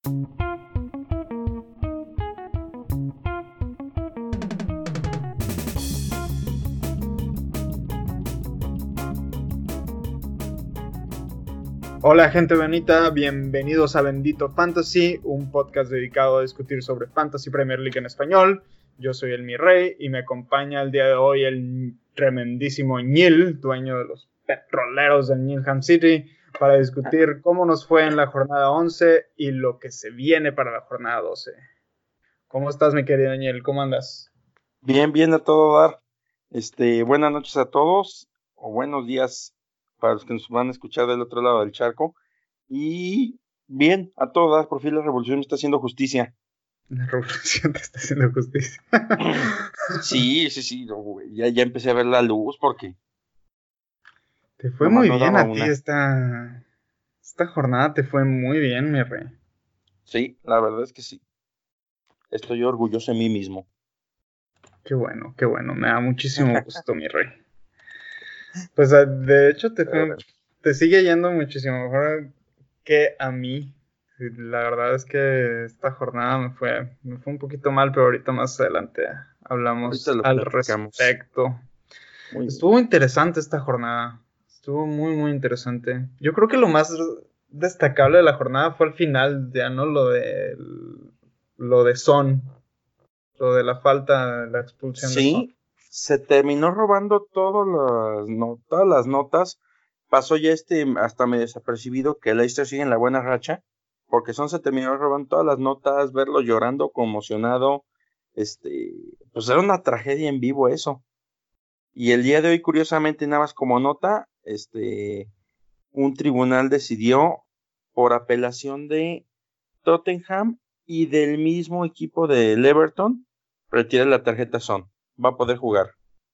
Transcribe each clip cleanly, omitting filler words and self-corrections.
Hola gente bonita, bienvenidos a Bendito Fantasy, un podcast dedicado a discutir sobre Fantasy Premier League en español. Yo soy el Mi Rey y me acompaña el día de hoy el tremendísimo Ñil, dueño de los petroleros del Newham City, para discutir cómo nos fue en la jornada 11 y lo que se viene para la jornada 12. ¿Cómo estás, mi querido Ñil? ¿Cómo andas? Bien a todo dar. Buenas noches a todos, o buenos días para los que nos van a escuchar del otro lado del charco. Y bien, a todo dar, por fin la revolución me está haciendo justicia. La revolución te está haciendo justicia. Sí, no, güey, ya empecé a ver la luz porque... Te fue muy bien a ti esta jornada, te fue muy bien, mi rey. Sí, la verdad es que sí. Estoy orgulloso de mí mismo. Qué bueno, me da muchísimo gusto, mi rey. Pues de hecho te sigue yendo muchísimo mejor que a mí. La verdad es que esta jornada me fue un poquito mal, pero ahorita más adelante hablamos Ahorita lo al platicamos. respecto. Muy Estuvo interesante esta jornada. Estuvo muy, muy interesante. Yo creo que lo más destacable de la jornada fue al final, ya no lo de Son, lo de la falta, la expulsión de Son. Sí, se terminó robando todas las notas. Pasó ya hasta medio desapercibido que Leicester sigue en la buena racha, porque se terminó robando todas las notas, verlo llorando, conmocionado. Pues era una tragedia en vivo eso. Y el día de hoy, curiosamente, nada más como nota, un tribunal decidió por apelación de Tottenham y del mismo equipo del Everton, retira la tarjeta Son. Va a poder jugar.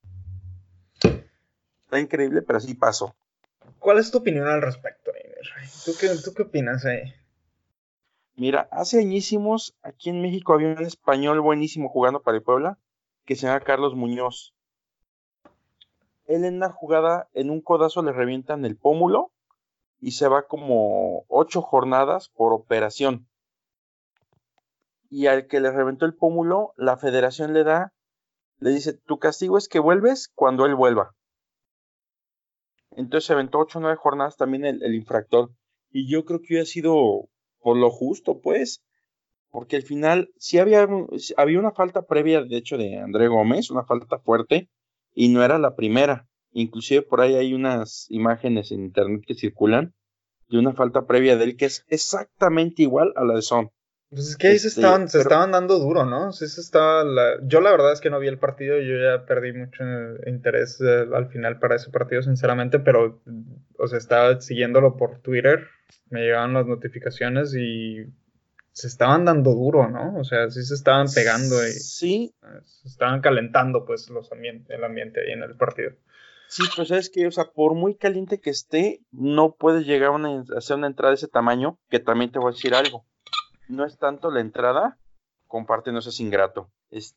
Está increíble, pero así pasó. ¿Cuál es tu opinión al respecto, Eimer? ¿Tú qué opinas ahí? Mira, hace añísimos, aquí en México había un español buenísimo jugando para el Puebla, que se llama Carlos Muñoz. Él en una jugada, en un codazo le revientan el pómulo y se va como 8 jornadas por operación. Y al que le reventó el pómulo, la federación le dice, tu castigo es que vuelves cuando él vuelva. Entonces se aventó 8 o 9 jornadas también el infractor. Y yo creo que hubiera sido por lo justo, pues. Porque al final sí había una falta previa, de hecho, de André Gómez, una falta fuerte, y no era la primera. Inclusive por ahí hay unas imágenes en internet que circulan de una falta previa de él que es exactamente igual a la de Son. Pues es que ahí se estaban dando duro, ¿no? Sí, yo la verdad es que no vi el partido, yo ya perdí mucho interés al final para ese partido, sinceramente, pero, o sea, estaba siguiéndolo por Twitter, me llegaban las notificaciones y se estaban dando duro, ¿no? O sea, sí se estaban pegando y sí, se estaban calentando, pues, el ambiente ahí en el partido. sí, pues es que, o sea, por muy caliente que esté, no puedes llegar a hacer una entrada de ese tamaño, que también te voy a decir algo. No es tanto la entrada, comparte, no es ingrato,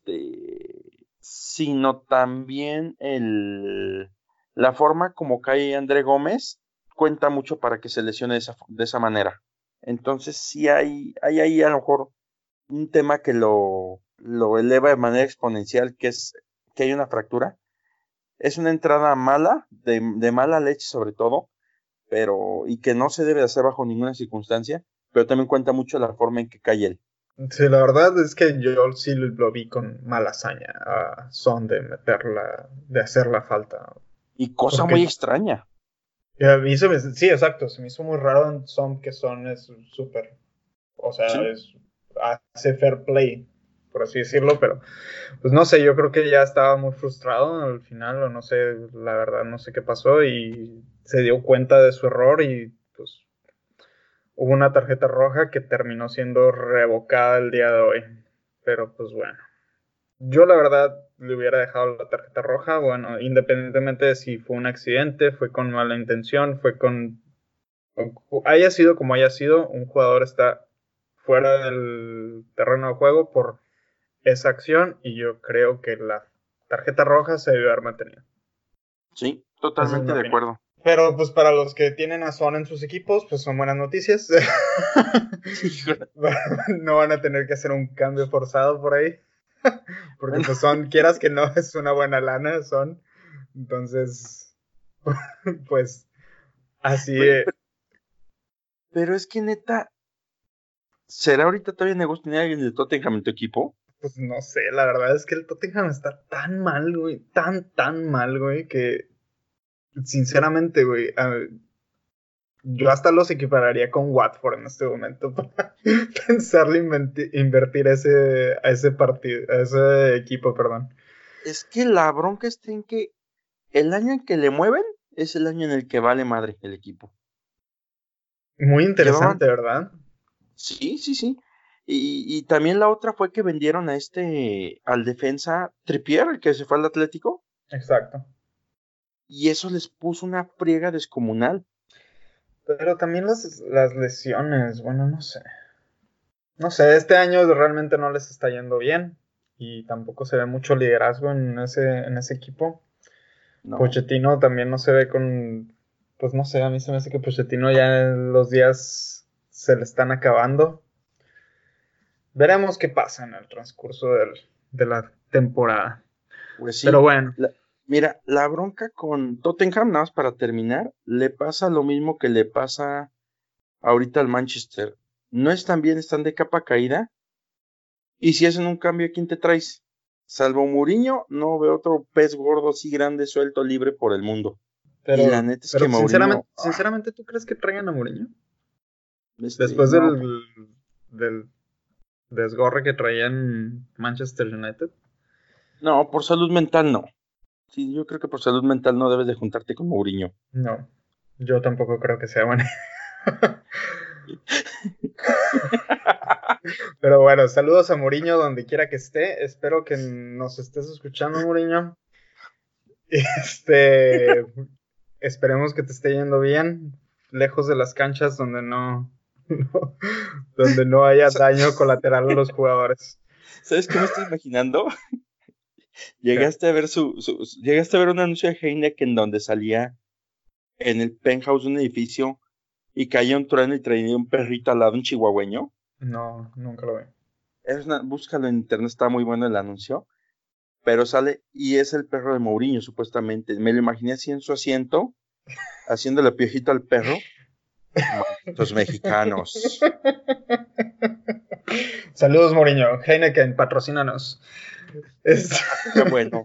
sino también la forma como cae André Gómez cuenta mucho para que se lesione de esa manera. Entonces sí hay ahí a lo mejor un tema que lo eleva de manera exponencial, que es que hay una fractura. Es una entrada mala, de mala leche sobre todo, y que no se debe hacer bajo ninguna circunstancia, pero también cuenta mucho la forma en que cae él. Sí, la verdad es que yo sí lo vi con mala hazaña a Son de hacer la falta. Y cosa Porque muy extraña. a mí sí, exacto, se me hizo muy raro en Son, que Son es súper, o sea, Sí, hace fair play, por así decirlo, pero pues no sé, yo creo que ya estaba muy frustrado al final, o no sé, la verdad no sé qué pasó y se dio cuenta de su error y pues hubo una tarjeta roja que terminó siendo revocada el día de hoy, pero pues bueno. Yo la verdad le hubiera dejado la tarjeta roja, bueno, independientemente de si fue un accidente, fue con mala intención, haya sido como haya sido, un jugador está fuera del terreno de juego por esa acción y yo creo que la tarjeta roja se debe haber mantenido. sí, Esa es mi totalmente de opinión. acuerdo. Pero pues para los que tienen a Son en sus equipos, pues son buenas noticias. No van a tener que hacer un cambio forzado por ahí. Porque Bueno, pues Son, quieras que no, es una buena lana, Son. Entonces, pues así, oye, pero es que neta, ¿será ahorita todavía negocio tener a alguien de Tottenham en tu equipo? pues no sé, la verdad es que el Tottenham está tan mal, güey, tan mal, güey, que sinceramente, güey, yo hasta los equipararía con Watford en este momento para pensarle invertir a ese partido, a ese equipo, perdón. Es que la bronca está en que el año en que le mueven es el año en el que vale madre el equipo. Muy Llevaban, interesante, ¿verdad? sí, sí, sí. Y también la otra fue que vendieron al defensa Trippier, el que se fue al Atlético, Exacto. y eso les puso una friega descomunal. Pero también las lesiones, bueno, no sé. No sé, este año realmente no les está yendo bien y tampoco se ve mucho liderazgo en ese equipo. No, Pochettino también no se ve con, pues no sé, a mí se me hace que Pochettino ya los días se le están acabando. Veremos qué pasa en el transcurso de la temporada. pues Pero sí. bueno, Mira, la bronca con Tottenham, nada más para terminar, le pasa lo mismo que le pasa ahorita al Manchester. No están bien, están de capa caída. Y si hacen un cambio, ¿quién te traes? Salvo Mourinho, no veo otro pez gordo así grande suelto libre por el mundo. Y la neta es que pero Mourinho, sinceramente, ¿tú crees que traigan a Mourinho? Después no, del desgorre que traía en Manchester United. no, por salud mental no. Sí, yo creo que por salud mental no debes de juntarte con Mourinho. No, yo tampoco creo que sea bueno. Pero bueno, saludos a Mourinho donde quiera que esté. Espero que nos estés escuchando, Mourinho. Este, esperemos que te esté yendo bien, lejos de las canchas donde donde no haya Sa- daño colateral a los jugadores. ¿Sabes qué me estoy imaginando? ¿Qué? Llegaste a ver un anuncio de Heineken donde salía en el penthouse de un edificio y caía un trueno y traía un perrito al lado, un chihuahueño. No, nunca lo vi. Búscalo en internet, está muy bueno el anuncio. Pero sale y es el perro de Mourinho, supuestamente. Me lo imaginé así en su asiento, haciéndole piojito al perro. Malditos mexicanos. Saludos, Mourinho. Heineken, patrocínanos. Es- Qué bueno.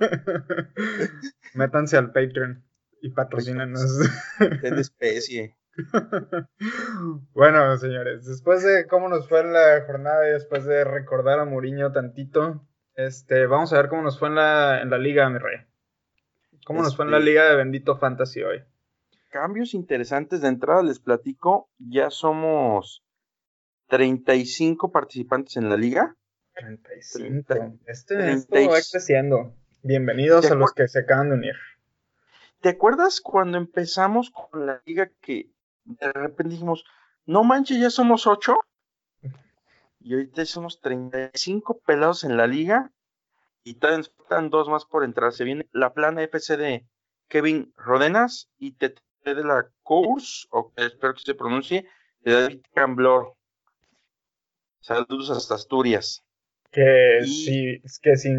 Métanse al Patreon y Oiga, patrocínanos. ten especie. Bueno, señores, después de cómo nos fue en la jornada y después de recordar a Mourinho tantito, vamos a ver cómo nos fue en la liga, mi rey. ¿Cómo nos fue en la Este, liga de Bendito Fantasy hoy? cambios interesantes de entrada, les platico. Ya somos 35 participantes en la liga. 30, 35. 30 Esto va creciendo. Bienvenidos ¿te, a los acuer- que se acaban de unir. ¿Te acuerdas cuando empezamos con la liga que de repente dijimos, no manches, ya somos 8? Y ahorita somos 35 pelados en la liga y todavía nos faltan 2 más por entrar. Se viene la plana FC de Kevin Rodenas y TT de la Course, o espero que se pronuncie, de David Camblor. Saludos hasta Asturias. Y Que si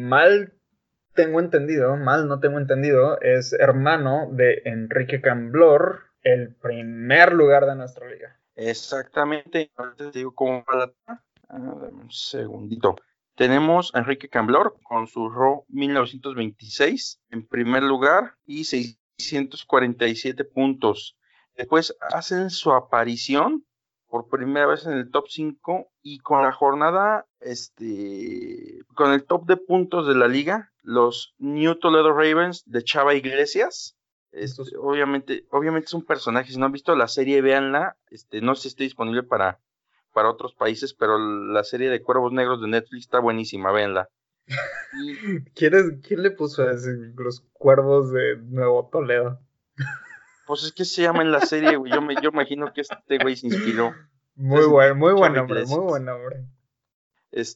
mal no tengo entendido, es hermano de Enrique Camblor, el primer lugar de nuestra liga. exactamente, ahorita te digo cómo va la... dame un segundito. Tenemos a Enrique Camblor con su RO 1926 en primer lugar y 647 puntos. Después hacen su aparición por primera vez en el top 5 y con la jornada, con el top de puntos de la liga, los New Toledo Ravens de Chava Iglesias. Estos, Obviamente es un personaje, si no han visto la serie, véanla. No sé si está disponible para otros países, pero la serie de Cuervos Negros de Netflix está buenísima, véanla. Y ¿Quién le puso a los cuervos de Nuevo Toledo? pues es que se llama en la serie, güey. Yo imagino que este güey se inspiró. Muy buen Chava nombre, muy Iglesias. buen nombre.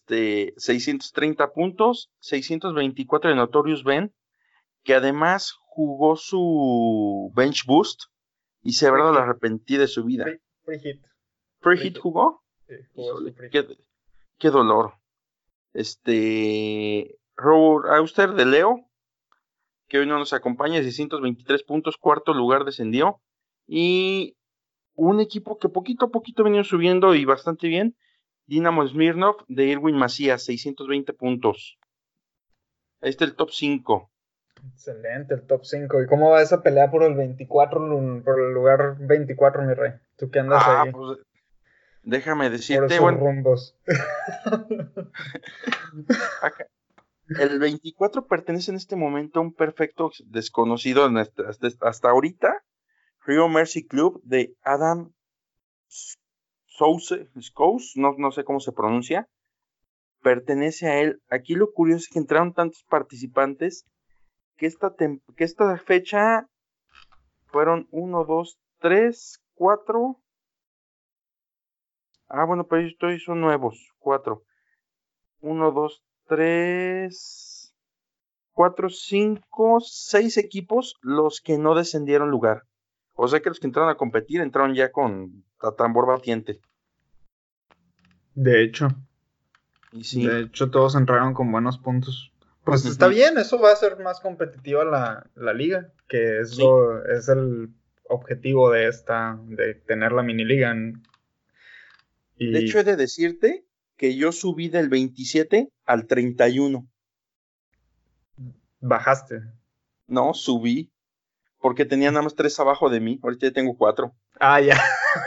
630 puntos, 624 de Notorious Ben, que además jugó su bench boost y se verdad lo arrepentí de su vida. Free hit. ¿Free hit jugó? Sí, jugó su free hit. Qué dolor. Robert Auster de Leo, que hoy no nos acompaña, 623 puntos, cuarto lugar descendió. Y un equipo que poquito a poquito venía subiendo y bastante bien, Dinamo Smirnov de Irwin Macías, 620 puntos. Ahí está el top 5. Excelente, el top 5. ¿Y cómo va esa pelea por el 24, por el lugar 24, mi rey? ¿Tú qué andas ahí? Pues déjame Por decirte, esos rumbos. El 24 pertenece en este momento a un perfecto desconocido hasta ahorita, Rio Mercy Club de Adam Skous, no sé cómo se pronuncia, pertenece a él. Aquí lo curioso es que entraron tantos participantes que esta fecha fueron 1, 2, 3, 4. Bueno, pero estos son nuevos, 4. 1, 2, 3, 4, 5, 6 equipos los que no descendieron lugar. O sea que los que entraron a competir entraron ya con tambor batiente. De hecho. Y sí. De hecho, todos entraron con buenos puntos. Pues está bien, eso va a ser más competitiva la liga, que es, es el objetivo de tener la mini liga. De hecho, he de decirte que yo subí del 27 al 31. ¿Bajaste? No, subí, porque tenía nada más 3 abajo de mí, ahorita ya tengo 4. Ya.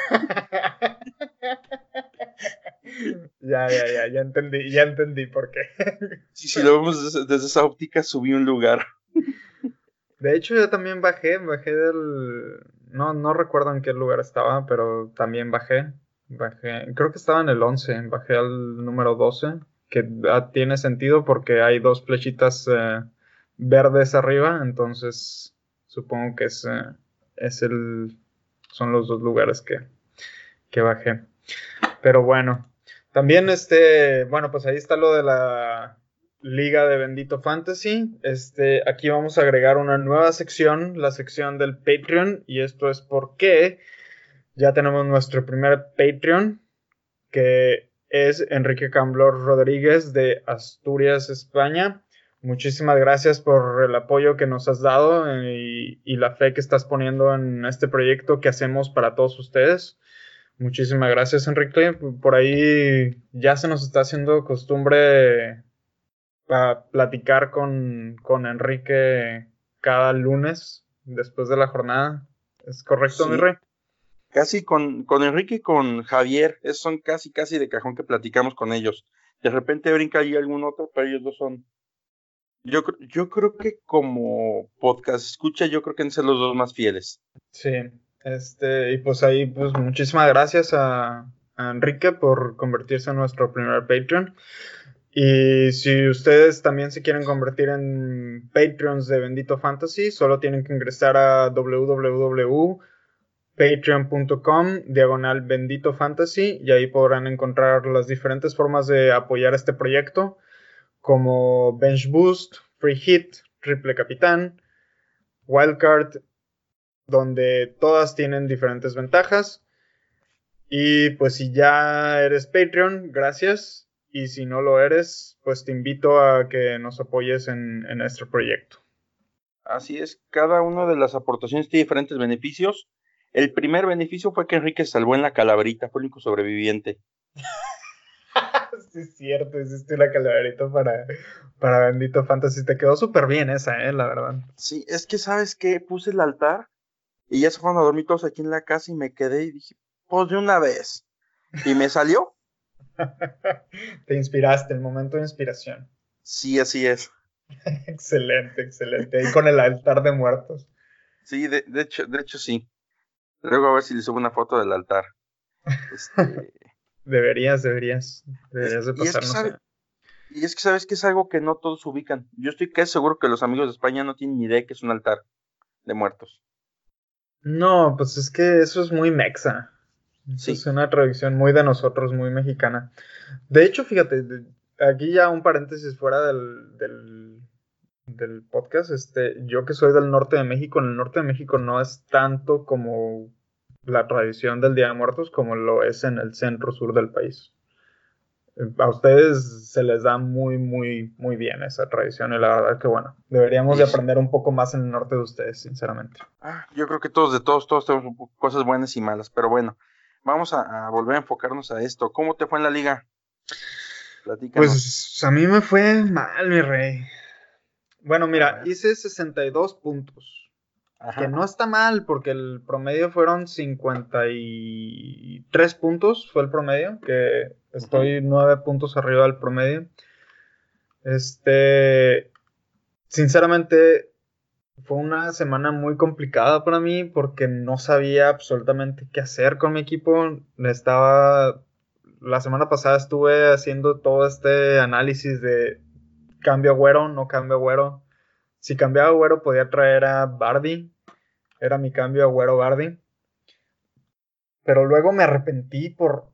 Ya entendí por qué. Si lo vemos desde esa óptica, subí un lugar. De hecho, yo también bajé del... No recuerdo en qué lugar estaba, pero también bajé. Creo que estaba en el 11, bajé al número 12, que tiene sentido porque hay 2 flechitas verdes arriba, entonces supongo que son los 2 lugares que bajé. Pero bueno, también bueno, pues ahí está lo de la Liga de Bendito Fantasy. Aquí vamos a agregar una nueva sección, la sección del Patreon, y esto es porque ya tenemos nuestro primer Patreon, que es Enrique Camblor Rodríguez de Asturias, España. Muchísimas gracias por el apoyo que nos has dado y la fe que estás poniendo en este proyecto que hacemos para todos ustedes. Muchísimas gracias, Enrique. Por ahí ya se nos está haciendo costumbre platicar con Enrique cada lunes después de la jornada. ¿Es correcto, mi rey? Casi con Enrique y con Javier, esos son casi de cajón que platicamos con ellos. De repente brinca ahí algún otro, pero ellos dos son... Yo creo que como podcast escucha, yo creo que deben ser los dos más fieles. Sí, y pues ahí, pues muchísimas gracias a Enrique por convertirse en nuestro primer Patreon. Y si ustedes también se quieren convertir en Patreons de Bendito Fantasy, solo tienen que ingresar a www.patreon.com/Bendito Fantasy y ahí podrán encontrar las diferentes formas de apoyar este proyecto, como Bench Boost, Free Hit, Triple Capitán, Wildcard, donde todas tienen diferentes ventajas. Y pues si ya eres Patreon, gracias. Y si no lo eres, pues te invito a que nos apoyes en nuestro proyecto. Así es, cada una de las aportaciones tiene diferentes beneficios. El primer beneficio fue que Enrique se salvó en la calaverita, fue el único sobreviviente. Sí, es cierto, hiciste una calaverita para Bendito Fantasy. Te quedó súper bien esa, la verdad. Sí, es que, ¿sabes qué? Puse el altar y ya se fueron a dormir todos aquí en la casa y me quedé y dije, pues de una vez. Y me salió. Te inspiraste, el momento de inspiración. Sí, así es. Excelente. Ahí con el altar de muertos. Sí, de hecho sí. Luego a ver si le subo una foto del altar. Deberías de pasarnos. Y es que sabes que es algo que no todos ubican. Yo estoy casi seguro que los amigos de España no tienen ni idea que es un altar de muertos. No, pues es que eso es muy mexa. Eso es una tradición muy de nosotros, muy mexicana. De hecho, fíjate, aquí ya un paréntesis fuera del podcast, yo que soy del norte de México, en el norte de México no es tanto como la tradición del Día de Muertos como lo es en el centro sur del país. A ustedes se les da muy, muy, muy bien esa tradición y la verdad que bueno, deberíamos de Sí, sí. aprender un poco más en el norte de ustedes, sinceramente. Yo creo que todos tenemos cosas buenas y malas, pero bueno, vamos a volver a enfocarnos a esto. ¿Cómo te fue en la liga? Platícanos. Pues a mí me fue mal, mi rey. Bueno, A mira, ver. hice 62 puntos, que Ajá. no está mal porque el promedio fueron 53 puntos, fue el promedio, que Ujú. estoy 9 puntos arriba del promedio. Este, sinceramente, fue una semana muy complicada para mí porque no sabía absolutamente qué hacer con mi equipo. La semana pasada estuve haciendo todo este análisis de cambio Agüero, no cambio Agüero. Si cambiaba Agüero podía traer a Bardi, era mi cambio Agüero-Bardi. Pero luego me arrepentí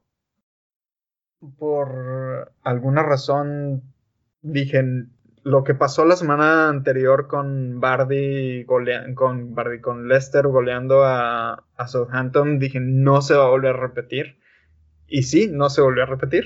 por alguna razón. Dije, lo que pasó la semana anterior con con Leicester goleando a Southampton, dije, no se va a volver a repetir. Y sí, no se volvió a repetir.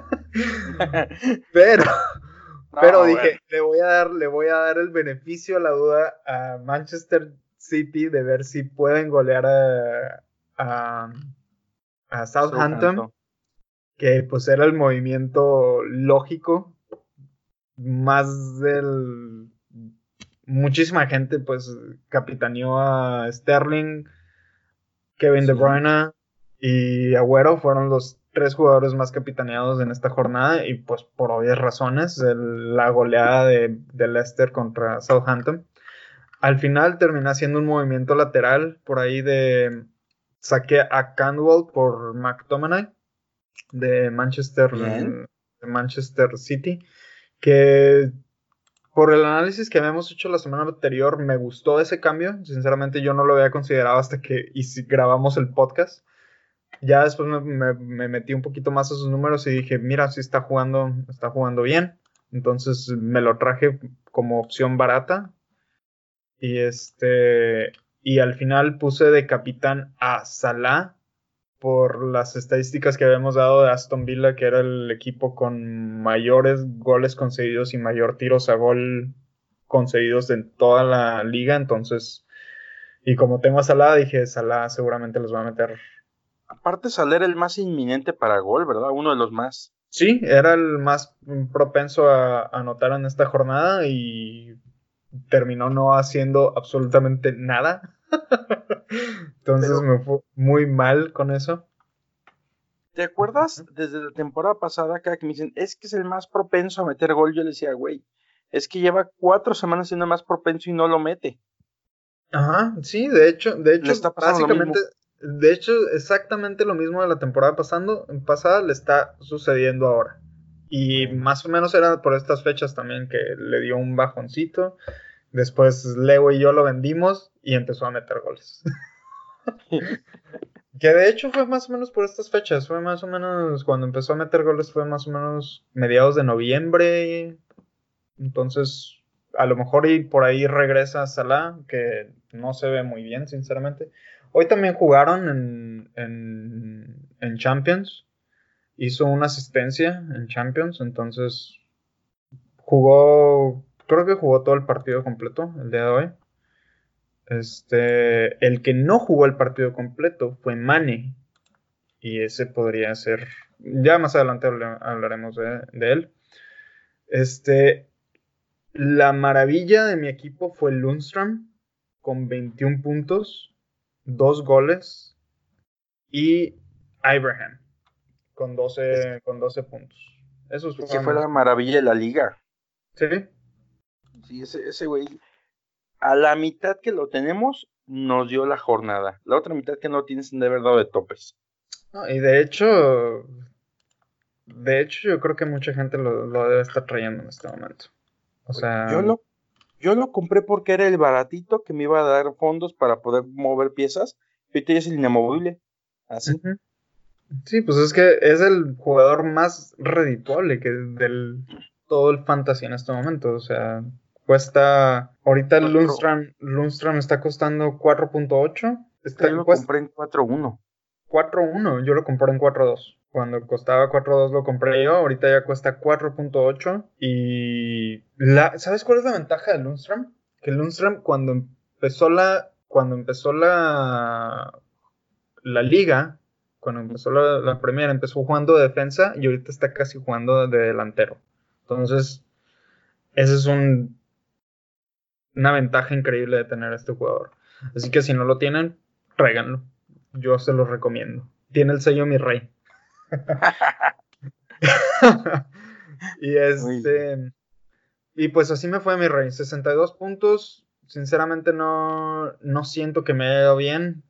Pero, pero No, dije, bueno. le voy a dar el beneficio a la duda a Manchester City de ver si pueden golear a, a Southampton, Southampton. que pues era el movimiento lógico, más del... Muchísima gente pues capitaneó a Sterling, Kevin De Sí. Bruyne y Agüero fueron los tres jugadores más capitaneados en esta jornada y pues por obvias razones la goleada de Leicester contra Southampton. Al final terminé haciendo un movimiento lateral por ahí saqué a Canwell por McTominay Bien. de Manchester City, que por el análisis que habíamos hecho la semana anterior me gustó ese cambio. Sinceramente yo no lo había considerado hasta que grabamos el podcast. Ya después me metí un poquito más a sus números y dije, mira, sí está jugando bien. Entonces me lo traje como opción barata. Y y al final puse de capitán a Salah por las estadísticas que habíamos dado de Aston Villa, que era el equipo con mayores goles concedidos y mayor tiros a gol concedidos en toda la liga. Entonces, y como tengo a Salah, dije, Salah seguramente los va a meter. Aparte Saler el más inminente para gol, ¿verdad? Uno de los más. Sí, era el más propenso a anotar en esta jornada y terminó no haciendo absolutamente nada. Entonces Pero, me fue muy mal con eso. ¿te acuerdas desde la temporada pasada cada que me dicen, es que es el más propenso a meter gol? Yo le decía, güey, es que lleva 4 semanas siendo más propenso y no lo mete. Ajá, sí, Le está pasando lo básicamente, mismo. de hecho, exactamente lo mismo de la temporada pasada le está sucediendo ahora. Y Bueno. más o menos era por estas fechas también que le dio un bajoncito. Después Leo y yo lo vendimos y empezó a meter goles. Que de hecho fue más o menos por estas fechas, fue más o menos cuando empezó a meter goles fue más o menos mediados de noviembre. Entonces, a lo mejor y por ahí regresa Salah, que no se ve muy bien, sinceramente. Hoy también jugaron en Champions. Hizo una asistencia en Champions, entonces creo que jugó todo el partido completo el día de hoy. El que no jugó el partido completo fue Mane, y ese podría ser, ya más adelante hablaremos de él. Este, La maravilla de mi equipo fue Lundstrom con 21 puntos, 2 goles y Ibrahim Es, con 12 puntos. Esos es que fueron fue la los... maravilla de la liga. Sí. Sí, ese güey, a la mitad que lo tenemos, nos dio la jornada. La otra mitad que no tienes de haber dado de topes. No, y de hecho yo creo que mucha gente lo debe estar trayendo en este momento. O Güey, sea, yo lo compré porque era el baratito que me iba a dar fondos para poder mover piezas. Y ahorita ya es el inamovible. Así. ujú. Sí, pues es que es el jugador más redituable todo el fantasy en este momento. O sea, Cuesta, ahorita el Cuatro. Lundstram está costando 4.8. Yo lo Cuesta compré en 4.1. 4.1, yo lo compré en 4.2. Cuando costaba 4.2 lo compré yo, ahorita ya cuesta 4.8. Y ¿sabes cuál es la ventaja del Lundstram? Que el Lundstram cuando empezó la liga, cuando empezó la Premier, empezó jugando de defensa y ahorita está casi jugando de delantero. Entonces, esa es una ventaja increíble de tener a este jugador. Así que si no lo tienen, tráiganlo. Yo se los recomiendo. Tiene el sello mi rey. y Muy bien. y pues así me fue mi rey. 62 puntos. Sinceramente no siento que me haya ido bien.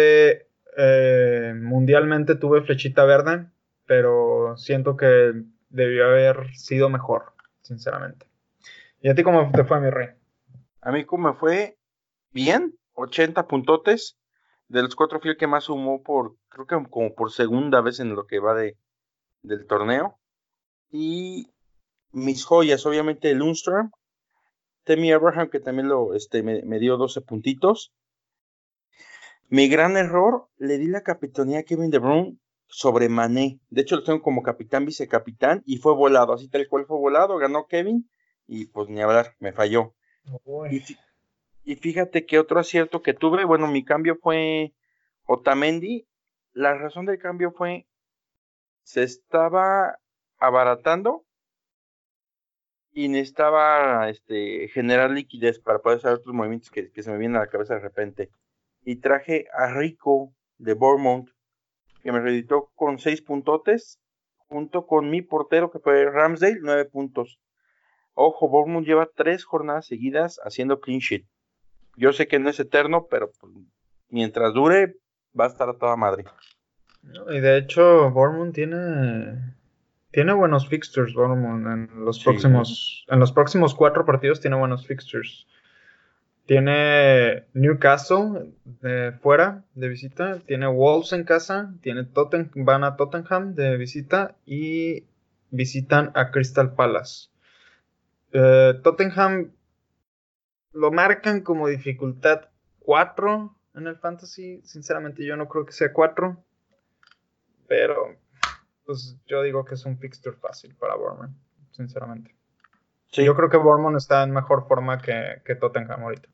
Mundialmente tuve flechita verde, pero siento que debió haber sido mejor, sinceramente. ¿Y a ti cómo te fue mi rey? A mí como me fue bien, 80 puntotes. De los 4 fui el que más sumó creo que como por segunda vez en lo que va del torneo. Y mis joyas, obviamente el Lundstram, Temi Abraham, que también me dio 12 puntitos. Mi gran error, le di la capitanía a Kevin De Bruyne sobre Mané. De hecho, lo tengo como capitán, vicecapitán, y fue volado, así tal cual fue volado, ganó Kevin, y pues ni hablar, me falló. Uy. Y, y fíjate que otro acierto que tuve, bueno, mi cambio fue Otamendi. La razón del cambio fue, se estaba abaratando y necesitaba generar liquidez para poder hacer otros movimientos que se me vienen a la cabeza de repente. Y traje a Rico de Bournemouth, que me reeditó con 6 puntotes, junto con mi portero, que fue Ramsdale, 9 puntos. Ojo, Bournemouth lleva 3 jornadas seguidas haciendo clean sheet. Yo sé que no es eterno, pero pues, mientras dure, va a estar a toda madre. No, y de hecho, Bournemouth tiene buenos fixtures, Bournemouth, Sí, en los próximos 4 partidos tiene buenos fixtures. Tiene Newcastle fuera de visita, tiene Wolves en casa, van a Tottenham de visita y visitan a Crystal Palace. Tottenham lo marcan como dificultad 4 en el Fantasy. Sinceramente, yo no creo que sea 4, pero pues yo digo que es un fixture fácil para Bournemouth, sinceramente. Yo sí. creo que Bournemouth está en mejor forma que Tottenham ahorita.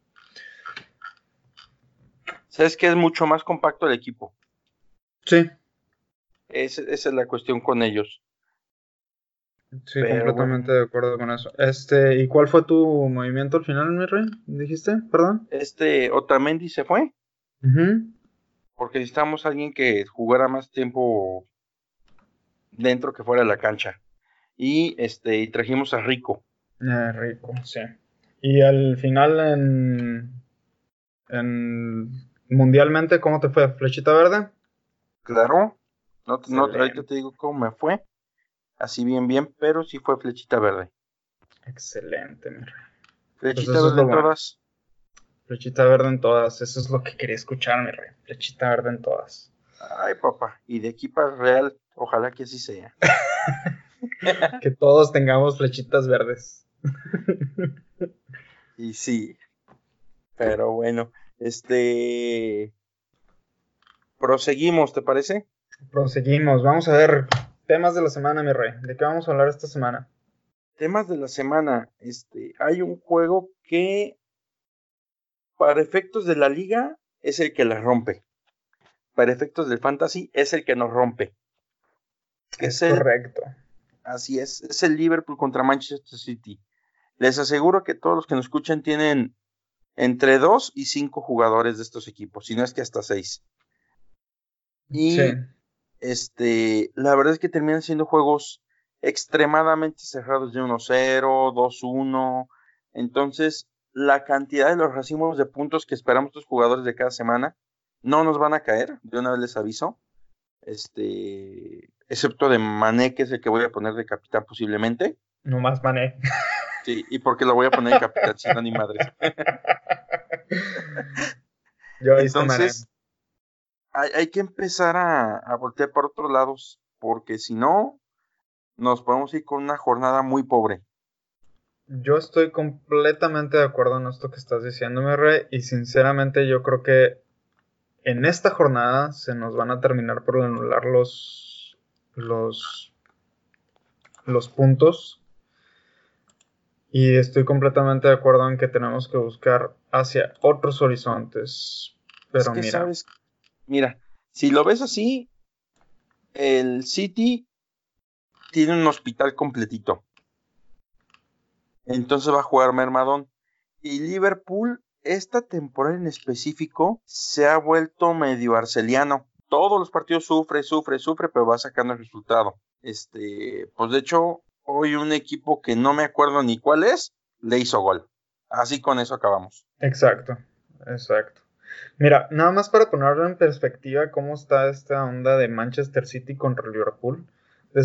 Sabes que es mucho más compacto el equipo. Sí, Esa es la cuestión con ellos. sí, Pero completamente bueno, de acuerdo con eso. ¿Y cuál fue tu movimiento al final, mi rey? ¿Dijiste? Perdón. Otamendi se fue Ujú. porque necesitamos a alguien que jugara más tiempo dentro que fuera de la cancha. Y trajimos a Rico. Rico, sí. Y al final mundialmente, ¿cómo te fue? ¿Flechita verde? Claro, no, ahorita Excelente, te digo cómo me fue. Así bien, pero sí fue flechita verde. excelente, mi rey. Pues Flechita eso es verde lo en bueno. todas. Flechita verde en todas, eso es lo que quería escuchar, mi rey. Flechita verde en todas. Ay, papá. Y de equipa real, ojalá que así sea. Que todos tengamos flechitas verdes. Y sí, pero bueno, proseguimos, ¿te parece? Proseguimos, vamos a ver temas de la semana, mi rey. ¿De qué vamos a hablar esta semana? Temas de la semana. Hay un juego que para efectos de la liga es el que la rompe. Para efectos del fantasy es el que nos rompe. Es Es el, correcto. así es el Liverpool contra Manchester City. Les aseguro que todos los que nos escuchan tienen entre 2 y 5 jugadores de estos equipos, si no es que hasta 6. Sí. Y la verdad es que terminan siendo juegos extremadamente cerrados de 1-0, 2-1. Entonces, la cantidad de los racimos de puntos que esperamos los jugadores de cada semana no nos van a caer, de una vez les aviso. Excepto de Mané, que es el que voy a poner de capitán posiblemente. No más mané. Sí, y porque lo voy a poner de capitán, si no, ni madres. Yo viste mané. Entonces, hay que empezar a voltear para otros lados, porque si no, nos podemos ir con una jornada muy pobre. yo estoy completamente de acuerdo en esto que estás diciéndome, Rey, y sinceramente yo creo que en esta jornada se nos van a terminar por anular los, los puntos. Y estoy completamente de acuerdo en que tenemos que buscar hacia otros horizontes. Es Pero que, mira, ¿sabes? Mira, si lo ves así, el City tiene un hospital completito. Entonces va a jugar mermadón. Y Liverpool, esta temporada en específico, se ha vuelto medio arceliano. Todos los partidos sufre, pero va sacando el resultado. Pues de hecho, hoy un equipo que no me acuerdo ni cuál es, le hizo gol. Así con eso acabamos. exacto. Mira, nada más para ponerlo en perspectiva cómo está esta onda de Manchester City contra Liverpool. De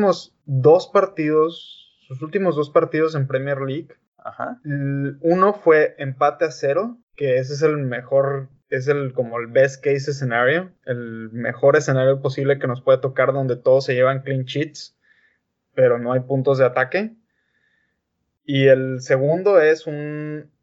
sus últimos dos partidos en Premier League, Ajá. uno fue empate a 0, que ese es el mejor, como el best case scenario, el mejor escenario posible que nos puede tocar, donde todos se llevan clean sheets, pero no hay puntos de ataque. Y el segundo es un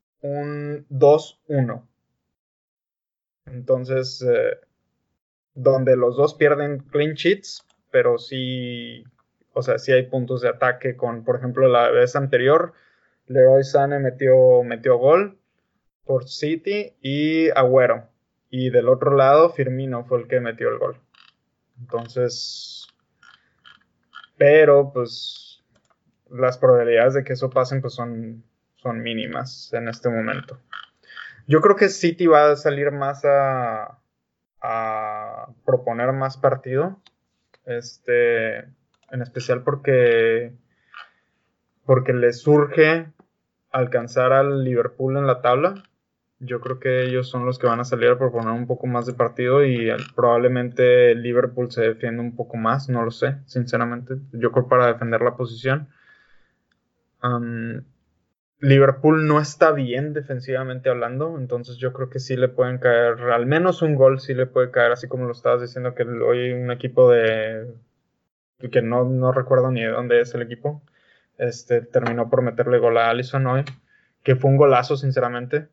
2-1. Entonces, donde los dos pierden clean sheets, pero sí, o sea, sí hay puntos de ataque con, por ejemplo, la vez anterior, Leroy Sané metió gol por City y Agüero. Y del otro lado, Firmino fue el que metió el gol. Entonces, pero pues las probabilidades de que eso pasen pues son mínimas en este momento. Yo creo que City va a salir más a proponer más partido. En especial porque le surge alcanzar al Liverpool en la tabla. Yo creo que ellos son los que van a salir a proponer un poco más de partido y probablemente el Liverpool se defienda un poco más, no lo sé, sinceramente. Yo creo para defender la posición. Liverpool no está bien defensivamente hablando, entonces yo creo que sí le pueden caer, al menos un gol sí le puede caer, así como lo estabas diciendo que hoy un equipo que no recuerdo ni de dónde es el equipo, terminó por meterle gol a Alisson hoy, que fue un golazo sinceramente,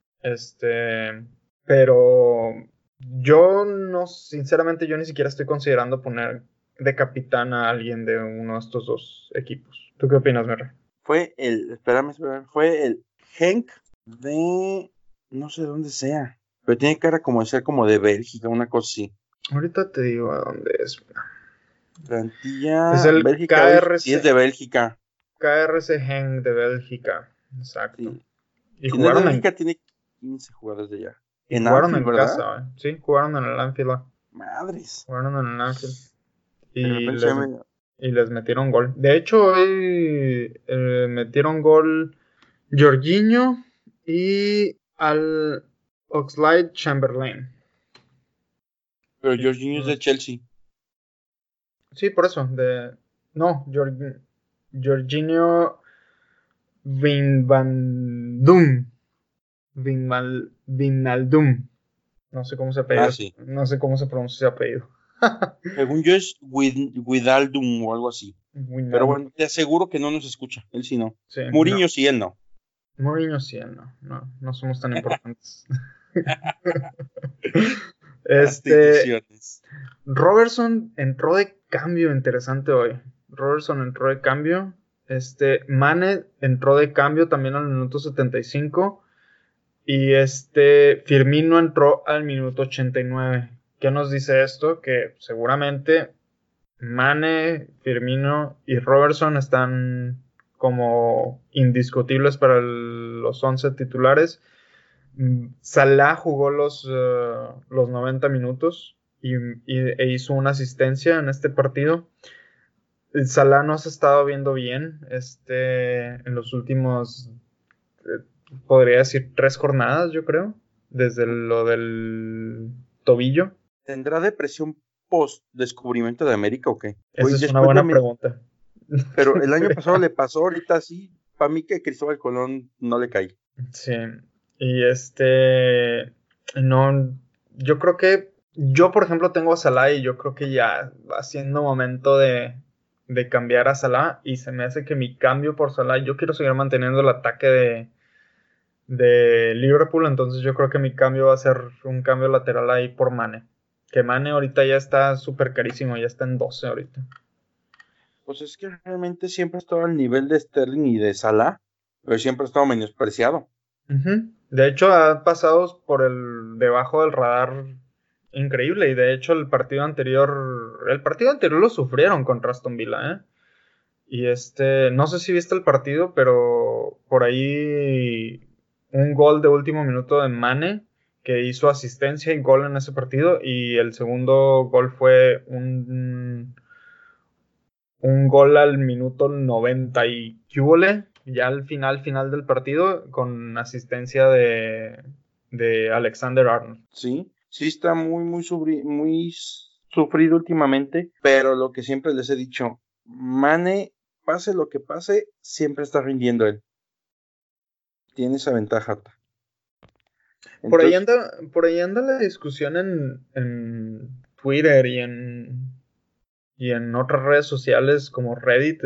pero sinceramente yo ni siquiera estoy considerando poner de capitán a alguien de uno de estos dos equipos. ¿Tú qué opinas, Merre? Espérame, fue el Henk de, no sé dónde sea, pero tiene cara como de ser como de Bélgica, una cosa así. Ahorita te digo a dónde es. Es Plantilla, el Bélgica, Bélgica, sí es de Bélgica. KRC Genk de Bélgica. Exacto. Sí. Y Si no es de jugaron Bélgica, tiene 15 jugadores de allá. y En jugaron Anfield, en ¿verdad? casa, ¿eh? Sí, jugaron en el Anfield. Madres. Jugaron en el Anfield. De Y repente se les, me... y les metieron gol. De hecho, hoy metieron gol Jorginho y al Oxlade Chamberlain. Pero Y Jorginho es de Chelsea. sí, por eso. No, Jorginho Wijnaldum. Wijnaldum. No sé cómo se Ah, apellido. sí. No sé cómo se pronuncia ese apellido. Según yo es Wijnaldum o algo así. Pero Wijnaldum. bueno, te aseguro que no nos escucha. Él sí no. Sí, no. Mourinho sí, él no. Mourinho sí, no somos tan importantes. Las Este, instituciones. Robertson entró de cambio, interesante hoy. Robertson entró de cambio. Mane entró de cambio también al minuto 75. Y Firmino entró al minuto 89. ¿Qué nos dice esto? Que seguramente Mane, Firmino y Robertson están como indiscutibles para los 11 titulares. Salah jugó los 90 minutos e hizo una asistencia en este partido. Salah no se ha estado viendo bien en los últimos, podría decir, 3 jornadas, yo creo, desde lo del tobillo. ¿Tendrá depresión post descubrimiento de América o qué? Esa Güey, es una después de buena pregunta. Pero el año pasado le pasó, ahorita sí. Para mí que Cristóbal Colón no le caí. Sí, y no, yo creo que, yo por ejemplo tengo a Salah y yo creo que ya va siendo momento de cambiar a Salah y se me hace que mi cambio por Salah, yo quiero seguir manteniendo el ataque de Liverpool, entonces yo creo que mi cambio va a ser un cambio lateral ahí por Mane. Que Mane ahorita ya está súper carísimo, ya está en 12 ahorita. Pues es que realmente siempre ha estado al nivel de Sterling y de Salah, pero siempre ha estado menospreciado. De hecho, ha pasado por el debajo del radar increíble. Y de hecho, el partido anterior lo sufrieron contra Aston Villa, ¿eh? Y no sé si viste el partido, pero por ahí un gol de último minuto de Mane, que hizo asistencia y gol en ese partido. Y el segundo gol fue un gol al minuto 90 y ¿qué ya al final del partido con asistencia de Alexander Arnold. Sí, sí está muy sufrido últimamente, pero lo que siempre les he dicho, Mane, pase lo que pase, siempre está rindiendo él. Tiene esa ventaja. Entonces, Por ahí anda la discusión en Twitter y en otras redes sociales como Reddit,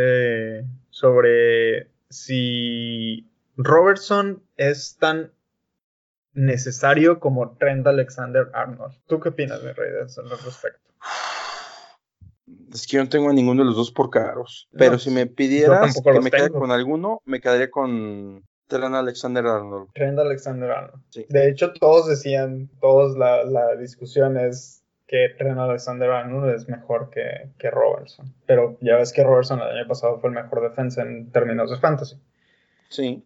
sobre si Robertson es tan necesario como Trent Alexander-Arnold. ¿Tú qué opinas, mi rey, de eso al respecto? es que yo no tengo a ninguno de los dos por caros, pero No, si pues me yo pidieras tampoco que los me quede tengo. con alguno, me quedaría con Trent Alexander-Arnold. Trent Alexander-Arnold. Sí, De hecho, todos la discusión es que Trent Alexander-Arnold es mejor que Robertson. Pero ya ves que Robertson el año pasado fue el mejor defensa en términos de fantasy. sí.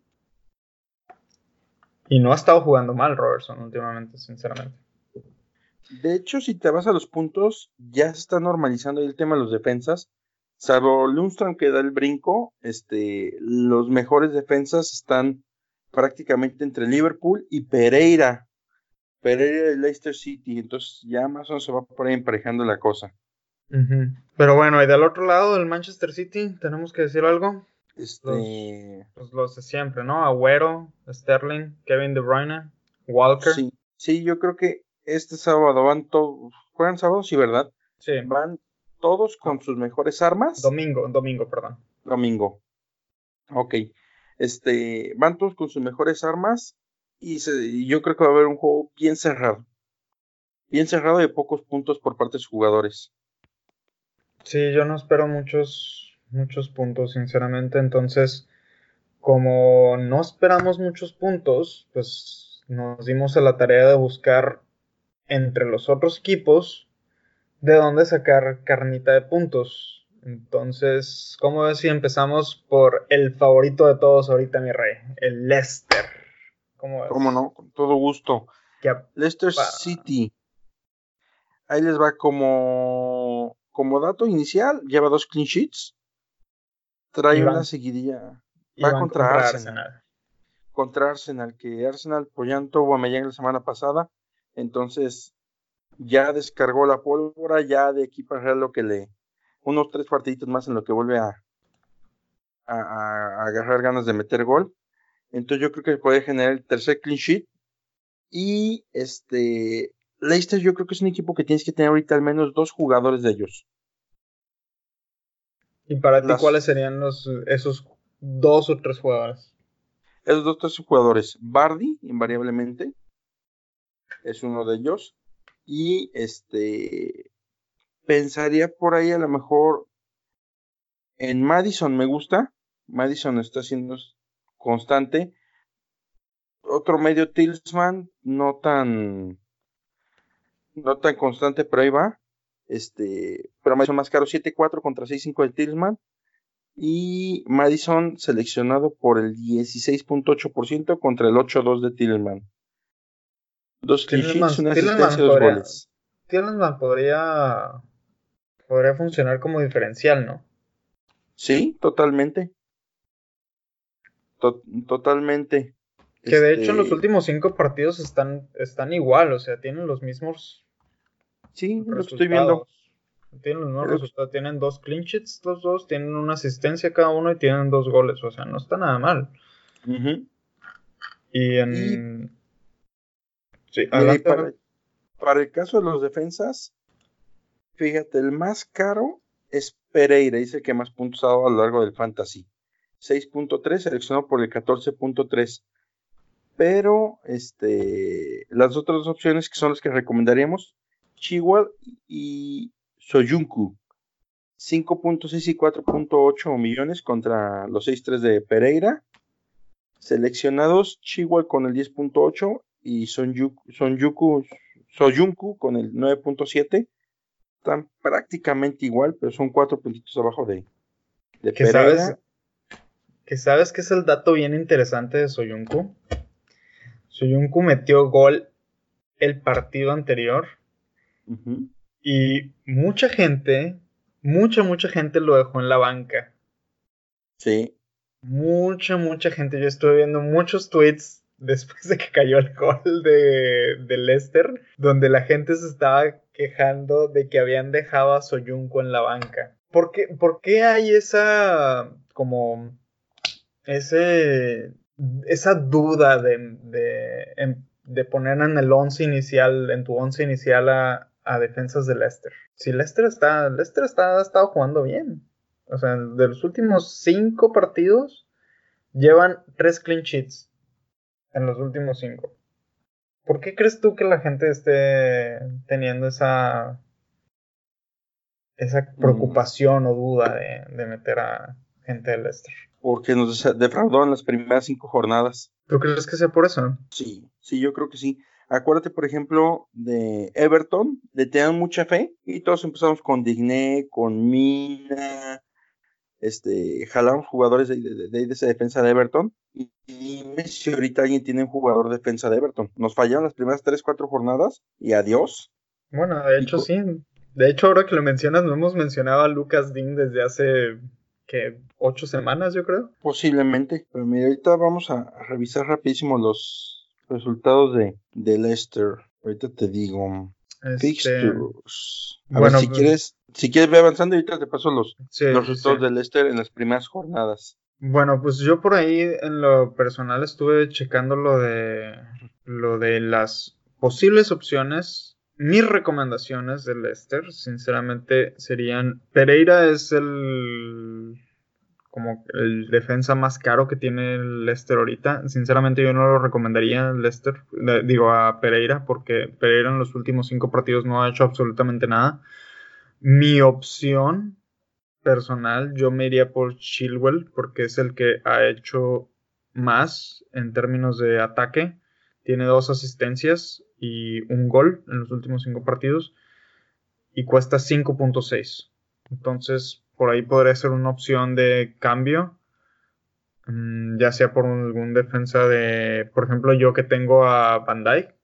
Y no ha estado jugando mal Robertson últimamente, sinceramente. De hecho, si te vas a los puntos, ya se está normalizando el tema de los defensas. Salvo Lundstrom que da el brinco, los mejores defensas están prácticamente entre Liverpool y Pereira. Pereira de Leicester City. Entonces ya más o menos se va por ahí emparejando la cosa. Pero bueno, y del otro lado del Manchester City, tenemos que decir algo. Este, Los de siempre, ¿no? Agüero, Sterling, Kevin De Bruyne, Walker. sí, yo creo que este sábado van todos, juegan sábado, sí, ¿verdad? Sí, Van todos con no, sus mejores armas. domingo, perdón. Domingo. Ok. Van todos con sus mejores armas y yo creo que va a haber un juego bien cerrado. Bien cerrado de pocos puntos por parte de sus jugadores. Sí, yo no espero muchos puntos, sinceramente. Entonces, como no esperamos muchos puntos, pues nos dimos a la tarea de buscar entre los otros equipos de dónde sacar carnita de puntos. Entonces, ¿cómo ves si empezamos por el favorito de todos ahorita, mi rey? El Leicester. ¿Cómo ¿Cómo ves? no? Con todo gusto. Que Leicester City. Ahí les va como dato inicial. Lleva 2 clean sheets. Trae una iban, seguidilla. Va iban contra contra Arsenal. Arsenal. Contra Arsenal. Que Arsenal pues ya no tuvo a Aubameyang la semana pasada. Entonces ya descargó la pólvora. Ya de aquí para lo que unos 3 partiditos más en lo que vuelve a agarrar ganas de meter gol. Entonces yo creo que puede generar el tercer clean sheet. Y Leicester yo creo que es un equipo que tienes que tener ahorita al menos 2 jugadores de ellos. ¿Y para ti Las, cuáles serían esos 2 o 3 jugadores? esos 2 3 jugadores. Bardi, invariablemente, es uno de ellos. Y pensaría por ahí a lo mejor en Madison me gusta. Madison está siendo constante. Otro medio Tillsman, no tan constante, pero ahí va. Pero Madison más caro, 7-4 contra 6-5 de Tillsman. Y Madison seleccionado por el 16.8% contra el 8.2 de Tillman. 2 clean sheets, una asistencia, 2 goles. Tielemans podría funcionar como diferencial, ¿no? Sí, totalmente. Totalmente. Que de hecho en los Este, últimos 5 partidos están igual, o sea, tienen los mismos sí, lo que estoy viendo. resultados. Tienen los mismos resultados, tienen 2 clean sheets los dos, tienen una asistencia cada uno y tienen 2 goles, o sea, no está nada mal. Uh-huh. Y Y en... Sí, mira, y adelante. para el caso de los defensas, fíjate, el más caro es Pereira dice que más puntos ha dado a lo largo del Fantasy. 6.3, seleccionado por el 14.3. Pero las otras dos opciones que son las que recomendaríamos, Chihuahua y Soyuncu. 5.6 y 4.8 millones contra los 6.3 de Pereira. Seleccionados, Chihuahua con el 10.8 y Soyuncu con el 9.7. Están prácticamente igual, pero son 4 puntitos abajo de Pereira. ¿Sabes que es el dato bien interesante de Soyuncu? Soyuncu metió gol el partido anterior. Uh-huh. Y mucha gente lo dejó en la banca. Sí. Mucha gente. Yo estuve viendo muchos tweets después de que cayó el gol de Leicester, donde la gente se estaba quejando de que habían dejado a Soyuncu en la banca. ¿Por qué hay esa esa duda de poner en el 11 inicial, en tu 11 inicial a defensas de Leicester? Si Leicester ha estado jugando bien. O sea, de los últimos 5 partidos llevan 3 clean sheets en los últimos 5. ¿Por qué crees tú que la gente esté teniendo esa preocupación o duda de meter a gente de Leicester? Porque nos defraudó en las primeras 5 jornadas. ¿Tú crees que sea por eso? Sí, yo creo que sí. Acuérdate, por ejemplo, de Everton, le tenían mucha fe y todos empezamos con Digné, con Mina, jalamos jugadores de esa defensa de Everton y si ahorita alguien tiene un jugador de defensa de Everton. Nos fallaron las primeras 3, 4 jornadas y adiós. Bueno, de hecho sí. De hecho, ahora que lo mencionas, no hemos mencionado a Lucas Digne desde hace, 8 semanas, yo creo. Posiblemente, pero mira, ahorita vamos a revisar rapidísimo los resultados de Leicester. Ahorita te digo. Fixtures. A ver, si quieres ve avanzando y ahorita te paso los resultados de Leicester en las primeras jornadas. Bueno, pues yo por ahí en lo personal estuve checando lo de las posibles opciones. Mis recomendaciones de Leicester, sinceramente, serían: Pereira es el defensa más caro que tiene el Leicester ahorita. Sinceramente yo no lo recomendaría a Pereira, porque Pereira en los últimos 5 partidos no ha hecho absolutamente nada. Mi opción personal, yo me iría por Chilwell, porque es el que ha hecho más en términos de ataque. Tiene 2 asistencias y un gol en los últimos 5 partidos y cuesta 5.6. Entonces, por ahí podría ser una opción de cambio, ya sea por algún defensa por ejemplo, yo que tengo a Van Dijk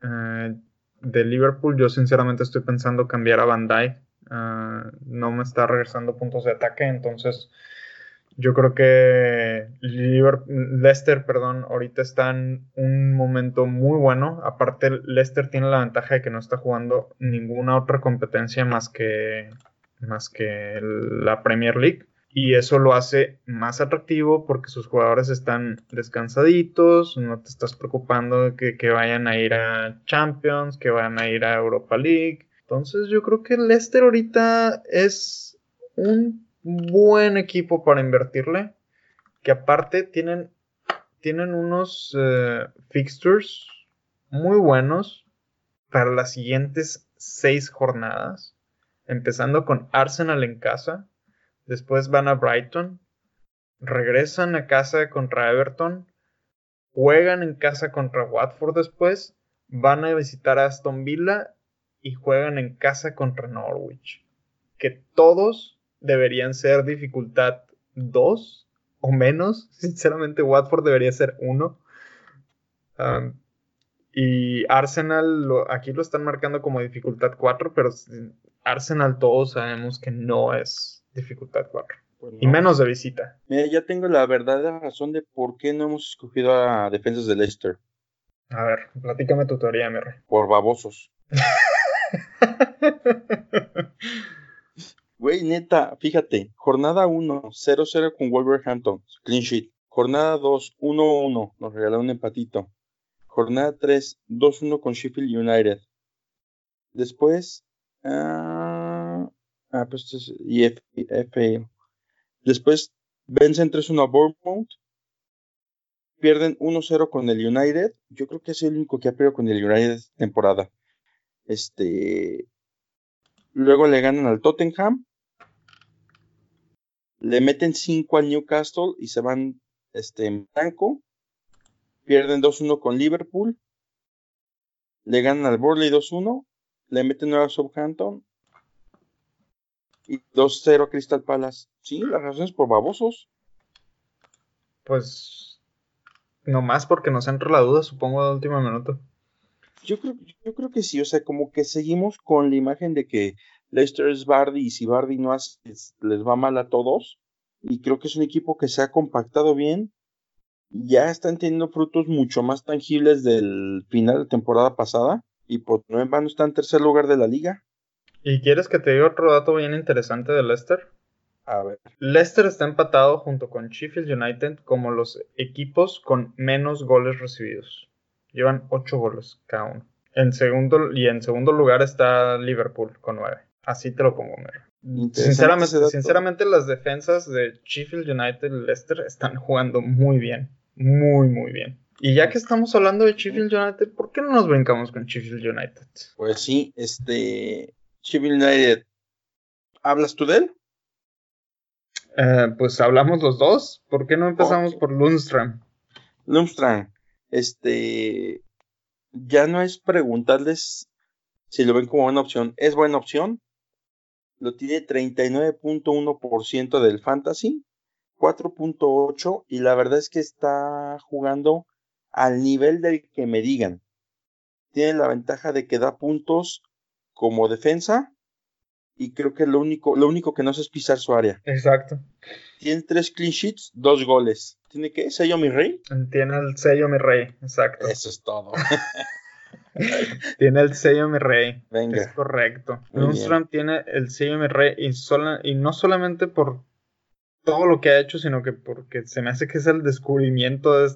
de Liverpool. Yo sinceramente estoy pensando cambiar a Van Dijk. No me está regresando puntos de ataque, entonces yo creo que Leicester, ahorita está en un momento muy bueno. Aparte, Leicester tiene la ventaja de que no está jugando ninguna otra competencia más que la Premier League. Y eso lo hace más atractivo porque sus jugadores están descansaditos, no te estás preocupando de que vayan a ir a Champions, que vayan a ir a Europa League. Entonces yo creo que Leicester ahorita es un buen equipo para invertirle, que aparte tienen unos fixtures muy buenos para las siguientes 6 jornadas, empezando con Arsenal en casa. Después van a Brighton, regresan a casa contra Everton, juegan en casa contra Watford después, van a visitar a Aston Villa y juegan en casa contra Norwich. Que todos deberían ser dificultad 2 o menos. Sinceramente, Watford debería ser 1. Y Arsenal, aquí lo están marcando como dificultad 4, pero Arsenal todos sabemos que no es dificultad 4. Pues no. Y menos de visita. Mira, ya tengo la verdadera razón de por qué no hemos escogido a defensas de Leicester. A ver, platícame tu teoría, mi rey. Por babosos. Güey, neta, fíjate. Jornada 1, 0-0 con Wolverhampton, clean sheet. Jornada 2, 1-1, nos regalaron un empatito. Jornada 3, 2-1 con Sheffield United. Después, Pues y F. Después vencen 3-1 a Bournemouth. Pierden 1-0 con el United. Yo creo que es el único que ha perdido con el United esta temporada. Luego le ganan al Tottenham. Le meten 5 al Newcastle y se van en blanco. Pierden 2-1 con Liverpool. Le ganan al Burnley 2-1. Le meten 9 a Southampton. Y 2-0 a Crystal Palace. Sí, las razones por babosos. Pues nomás porque nos entra la duda, supongo, de último minuto. Yo creo que sí, o sea, como que seguimos con la imagen de que Leicester es Vardy y si Vardy no hace, les va mal a todos. Y creo que es un equipo que se ha compactado bien. Ya están teniendo frutos mucho más tangibles del final de temporada pasada. Y por no en vano está en tercer lugar de la liga. ¿Y quieres que te diga otro dato bien interesante de Leicester? A ver. Leicester está empatado junto con Sheffield United como los equipos con menos goles recibidos. Llevan 8 goles cada uno. En segundo lugar está Liverpool con 9. Así te lo pongo, Mer. Sinceramente, las defensas de Sheffield United y Leicester están jugando muy bien. Muy, muy bien. Y ya que estamos hablando de Sheffield United, ¿por qué no nos brincamos con Sheffield United? Pues sí, Sheffield United, ¿hablas tú de él? Pues hablamos los dos. ¿Por qué no empezamos por Lundstram? Lundstram, ya no es preguntarles si lo ven como buena opción. ¿Es buena opción? Lo tiene 39.1% del fantasy, 4.8 y la verdad es que está jugando al nivel del que me digan. Tiene la ventaja de que da puntos como defensa y creo que lo único que no hace es pisar su área. Exacto. Tiene 3 clean sheets, 2 goles. ¿Tiene qué? ¿Sello mi rey? Tiene el sello mi rey, exacto. Eso es todo. Tiene el sello mi rey. Venga. Es correcto. Lundstram tiene el sello mi rey y no solamente por todo lo que ha hecho, sino que porque se me hace que es el descubrimiento de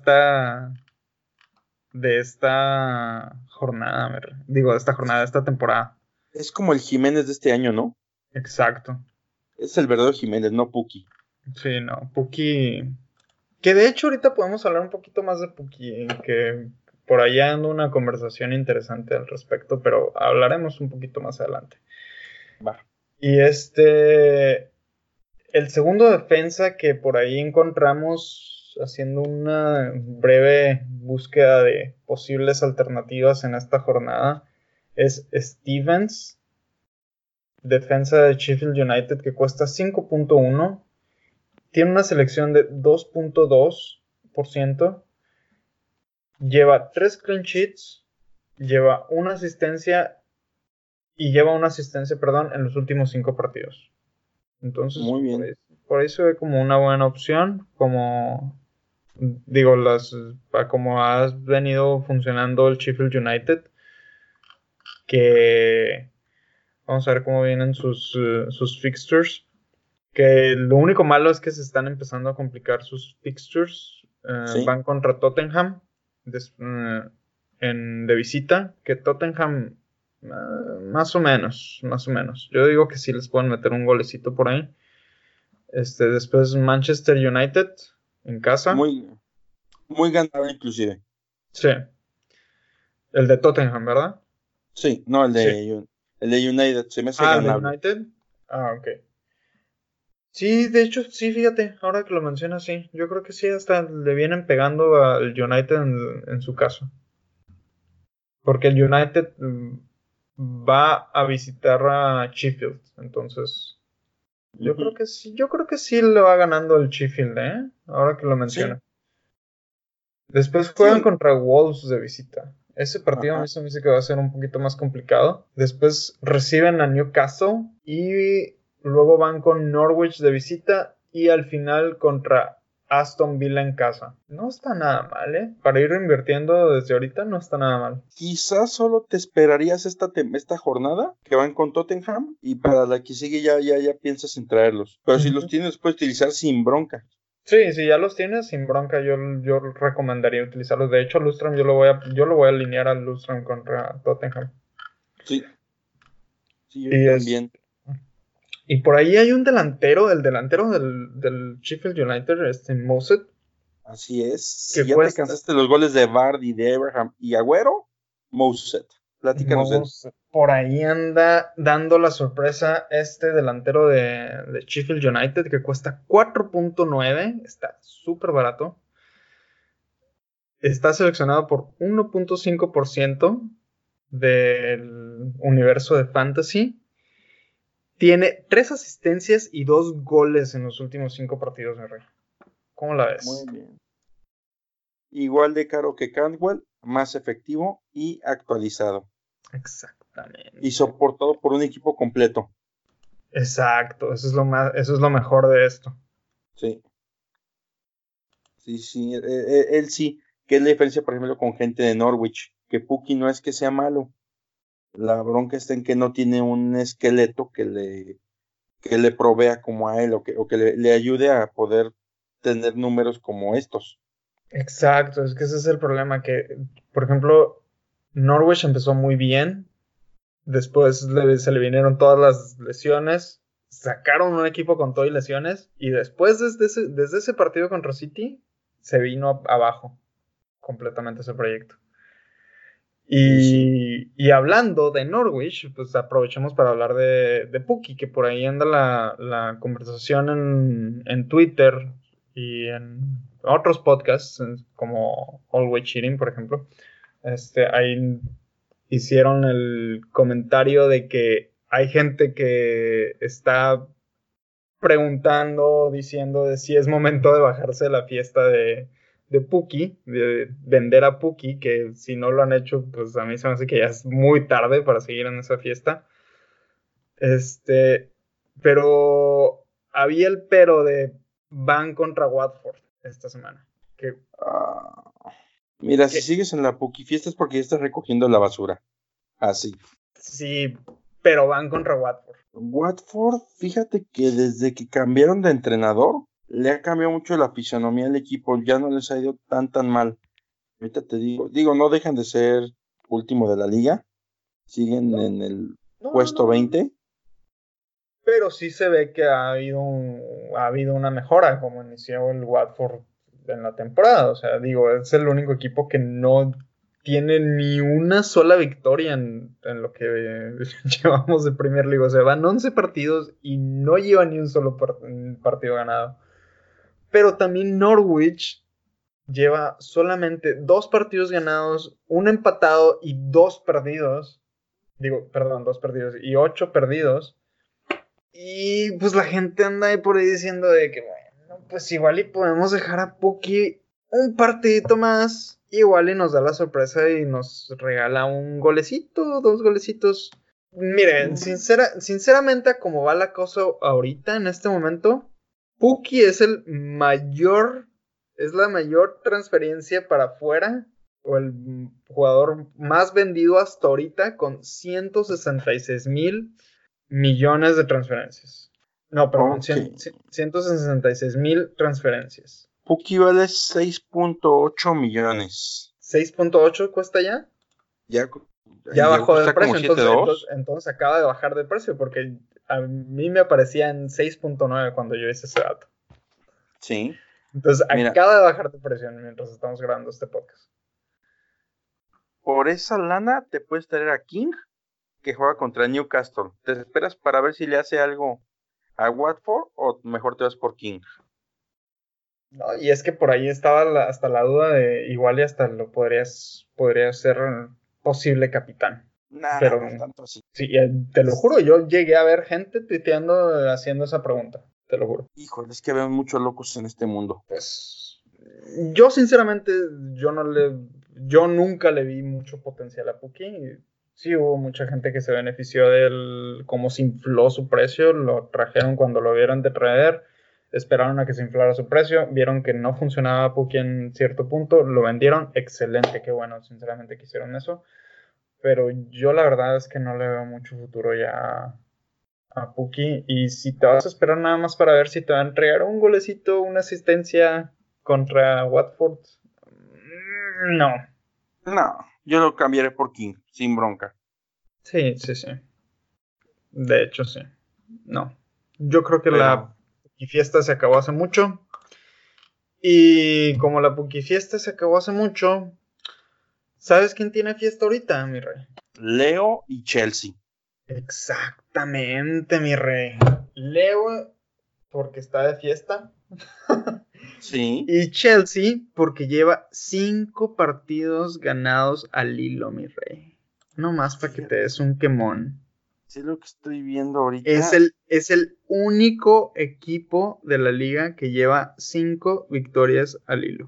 esta jornada, de esta temporada. Es como el Jiménez de este año, ¿no? Exacto. Es el verdadero Jiménez, no Puki. Sí, no, Puki. Que de hecho ahorita podemos hablar un poquito más de Puki, que por allá ando una conversación interesante al respecto, pero hablaremos un poquito más adelante. Va. Y el segundo defensa que por ahí encontramos haciendo una breve búsqueda de posibles alternativas en esta jornada es Stevens, defensa de Sheffield United, que cuesta 5.1. Tiene una selección de 2.2%. Lleva 3 clean sheets. Lleva una asistencia. Y lleva una asistencia, en los últimos 5 partidos. Entonces, muy bien. Por ahí se ve como una buena opción. Como ha venido funcionando el Sheffield United. Que vamos a ver cómo vienen sus fixtures. Que lo único malo es que se están empezando a complicar sus fixtures. Sí. Van contra Tottenham de visita. Que Tottenham, más o menos. Yo digo que sí les pueden meter un golecito por ahí. Después Manchester United en casa. Muy, muy ganador inclusive. Sí. El de Tottenham, ¿verdad? Sí, no, el de United. Se me hace ganable. ¿El de United? Ok. Sí, de hecho, sí, fíjate, ahora que lo mencionas, sí. Yo creo que sí, hasta le vienen pegando al United en su caso. Porque el United va a visitar a Sheffield, entonces yo creo que sí le va ganando el Sheffield, ahora que lo menciona. Sí. Después juegan contra Wolves de visita. Ese partido a mí se me dice que va a ser un poquito más complicado. Después reciben a Newcastle y luego van con Norwich de visita y al final contra Aston Villa en casa. No está nada mal, Para ir invirtiendo desde ahorita no está nada mal. Quizás solo te esperarías esta jornada que van con Tottenham y para la que sigue ya piensas en traerlos. Pero si los tienes, puedes utilizar sin bronca. Sí, si ya los tienes, sin bronca, yo recomendaría utilizarlos. De hecho, Lundstram yo lo voy a alinear al Lundstram contra Tottenham. Sí, yo también. Y por ahí hay un delantero, el delantero del Sheffield United, Mouset, Así es. que Si ya te cuesta. cansaste los goles de Vardy, de Abraham y Agüero, Mouset. Platícanos de él. Por ahí anda dando la sorpresa este delantero de Sheffield United que cuesta 4.9, está súper barato. Está seleccionado por 1.5% del universo de Fantasy. Tiene 3 asistencias y 2 goles en los últimos 5 partidos, mi rey. ¿Cómo la Muy ves? bien. Igual de caro que Cantwell, más efectivo y actualizado. Exactamente. Y soportado por un equipo completo. Exacto, eso es lo mejor de esto. Sí. Sí. Él sí. ¿Qué es la diferencia, por ejemplo, con gente de Norwich? Que Pukki no es que sea malo. La bronca está en que no tiene un esqueleto que le provea como a él o que le ayude a poder tener números como estos. Exacto, es que ese es el problema, que, por ejemplo, Norwich empezó muy bien, después se le vinieron todas las lesiones, sacaron un equipo con todo y lesiones, y después desde ese partido contra City, se vino abajo completamente ese proyecto. Sí. Y hablando de Norwich, pues aprovechemos para hablar de Pukki, que por ahí anda la conversación en Twitter y en otros podcasts, como Always Cheating, por ejemplo. Ahí hicieron el comentario de que hay gente que está preguntando, diciendo de si es momento de bajarse de la fiesta de Puki, de vender a Puki, que si no lo han hecho, pues a mí se me hace que ya es muy tarde para seguir en esa fiesta. Este, pero había el pero de van contra Watford esta semana. Ah, mira, si Que sigues en la Puki fiesta es porque ya estás recogiendo la basura. Así. sí, pero van contra Watford. Watford, fíjate que desde que cambiaron de entrenador, le ha cambiado mucho la fisonomía al equipo. Ya no les ha ido tan mal. Ahorita te digo, no dejan de ser último de la liga. Siguen No, en el puesto no. 20. Pero sí se ve que ha habido una mejora como inició el Watford en la temporada. O sea, digo, es el único equipo que no tiene ni una sola victoria en lo que llevamos de Premier League. O sea, van 11 partidos y no lleva ni un solo partido ganado. Pero también Norwich lleva solamente 2 partidos ganados, un empatado y 2 perdidos. Digo, perdón, 2 perdidos y 8 perdidos. Y pues la gente anda ahí por ahí diciendo de que, bueno, pues igual y podemos dejar a Puki un partidito más. Igual y nos da la sorpresa y nos regala un golecito, 2 golecitos. Miren, sinceramente, a como va la cosa ahorita, en este momento, Puki es la mayor transferencia para afuera, o el jugador más vendido hasta ahorita, con 166,000 millones de transferencias. No, perdón, Ok. 166,000 transferencias. Puki vale 6.8 millones. 6.8 cuesta ya. Ya, Ya y ya bajó de cuesta como precio, siete dos. entonces acaba de bajar de precio, porque a mí me aparecía en 6.9 cuando yo hice ese dato. Sí. Entonces Mira, acaba de bajar de precio mientras estamos grabando este podcast. por esa lana te puedes traer a King, que juega contra Newcastle. ¿Te esperas para ver si le hace algo a Watford o mejor te vas por King? No, y es que por ahí estaba hasta la duda de igual y hasta podría ser posible capitán. Nah, Pero no tanto así. sí, te lo juro, yo llegué a ver gente tuiteando haciendo esa pregunta, te lo juro. Híjole, es que veo muchos locos en este mundo. Pues yo sinceramente, yo nunca le vi mucho potencial a Puki. Sí hubo mucha gente que se benefició de él, cómo se infló su precio, lo trajeron cuando lo vieron de traer, esperaron a que se inflara su precio, vieron que no funcionaba Puki en cierto punto, lo vendieron, excelente, qué bueno, sinceramente que hicieron eso, pero yo la verdad es que no le veo mucho futuro ya a Puki. Y si te vas a esperar nada más para ver si te va a entregar un golecito, una asistencia contra Watford, no. No, yo lo cambiaré por King, sin bronca. Sí, sí, sí. De hecho, sí. No. Yo creo que Pero la fiesta se acabó hace mucho. Y como la fiesta se acabó hace mucho, ¿sabes quién tiene fiesta ahorita, mi rey? Leo y Chelsea. Exactamente, mi rey. Leo, porque está de fiesta. Sí, Y Chelsea, porque lleva 5 partidos ganados al hilo, mi rey. No más para que te fíjate, des un quemón. sí es lo que estoy viendo Es ahorita. el único equipo de la liga que lleva 5 victorias al hilo.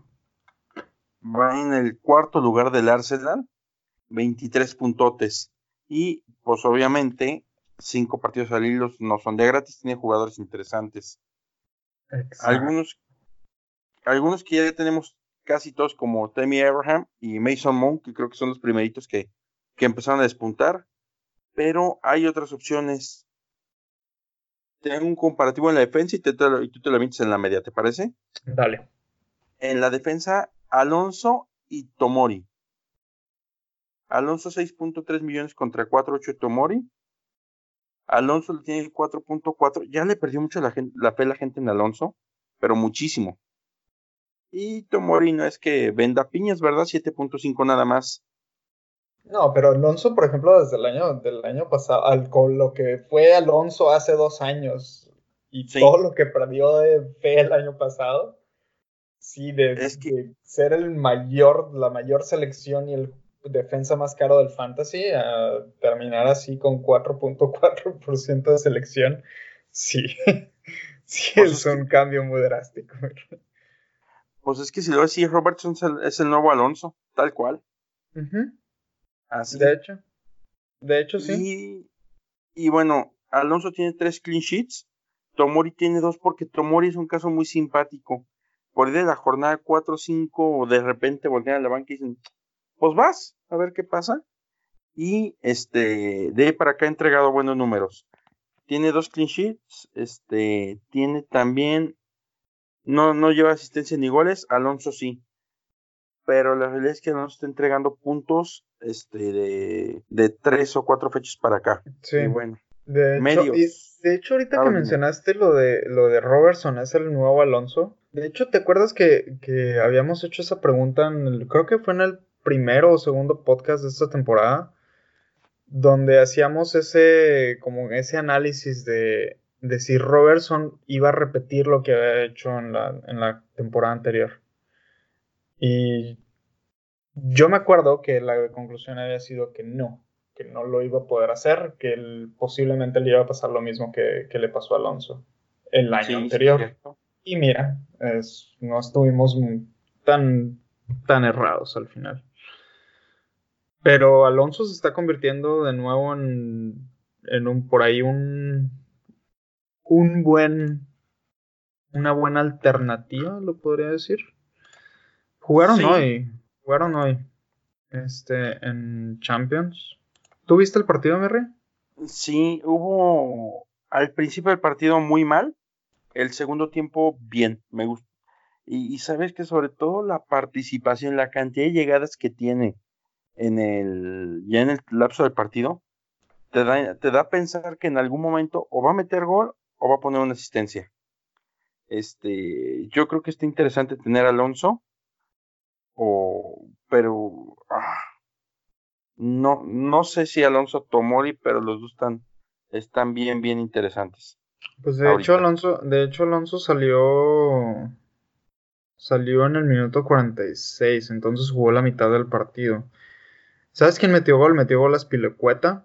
Va en el cuarto lugar del Arsenal, 23 puntotes. Y pues obviamente 5 partidos al hilo no son de gratis, tiene jugadores interesantes. Exacto. Algunos, algunos que ya tenemos casi todos como Tammy Abraham y Mason Mount, que creo que son los primeritos que empezaron a despuntar. Pero hay otras opciones. Tengo un comparativo en la defensa y tú te lo metes en la media, ¿te parece? Dale. En la defensa, Alonso y Tomori. Alonso 6.3 millones contra 4.8 de Tomori. Alonso le tiene 4.4. Ya le perdió mucho la fe a la gente en Alonso, pero muchísimo. Y Tomori no es que venda piñas, ¿verdad? 7.5 nada más. No, pero Alonso, por ejemplo, desde del año pasado, con lo que fue Alonso hace 2 años y todo Sí, lo que perdió de fe el año pasado, sí, es que, de ser la mayor selección y el defensa más caro del fantasy, a terminar así con 4.4% de selección, sí, sí pues es es que, un cambio muy drástico. pues es que si lo ves, sí, Robertson es el nuevo Alonso, tal cual, Ujú. De así. hecho, de hecho sí. Y, y bueno, Alonso tiene 3 clean sheets, Tomori tiene 2 porque Tomori es un caso muy simpático. Por ahí de la jornada 4 o 5, de repente voltean a la banca y dicen, pues vas, a ver qué pasa. Y de ahí para acá ha entregado buenos números. Tiene 2 clean sheets, tiene también, no lleva asistencia ni goles, Alonso sí. Pero la realidad es que Alonso está entregando puntos, de 3 o 4 fechas para acá. Sí, Y bueno, y medios. de hecho ahorita A que ver, dime. mencionaste lo de Robertson, es el nuevo Alonso. De hecho, ¿te acuerdas que habíamos hecho esa pregunta creo que fue en el primero o segundo podcast de esta temporada, donde hacíamos como ese análisis de si Robertson iba a repetir lo que había hecho en la temporada anterior? Y yo me acuerdo que la conclusión había sido que no lo iba a poder hacer, que posiblemente le iba a pasar lo mismo que le pasó a Alonso el año Sí, sí, es anterior. cierto. Y mira, no estuvimos tan, tan errados al final. Pero Alonso se está convirtiendo de nuevo por ahí un una buena alternativa, lo podría decir. Jugaron Sí, hoy, jugaron hoy. En Champions. ¿Tú viste el partido, Merry? sí, hubo al principio del partido muy mal, el segundo tiempo bien, me gustó. Y sabes que sobre todo la participación, la cantidad de llegadas que tiene ya en el lapso del partido, te da a pensar que en algún momento o va a meter gol o va a poner una asistencia. Yo creo que está interesante tener a Alonso, pero no sé si Alonso Tomori, pero los dos están bien, bien interesantes Pues ahorita. De hecho Alonso salió en el minuto 46, entonces jugó la mitad del partido. ¿Sabes quién metió gol? Metió gol Aspilicueta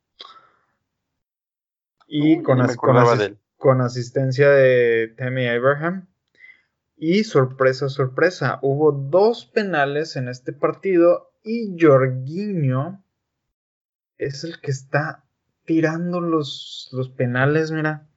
y Uy, ni me acordaba de él. con asistencia de Tammy Abraham. Y sorpresa, sorpresa, hubo 2 penales en este partido y Jorginho es el que está tirando los penales, mira.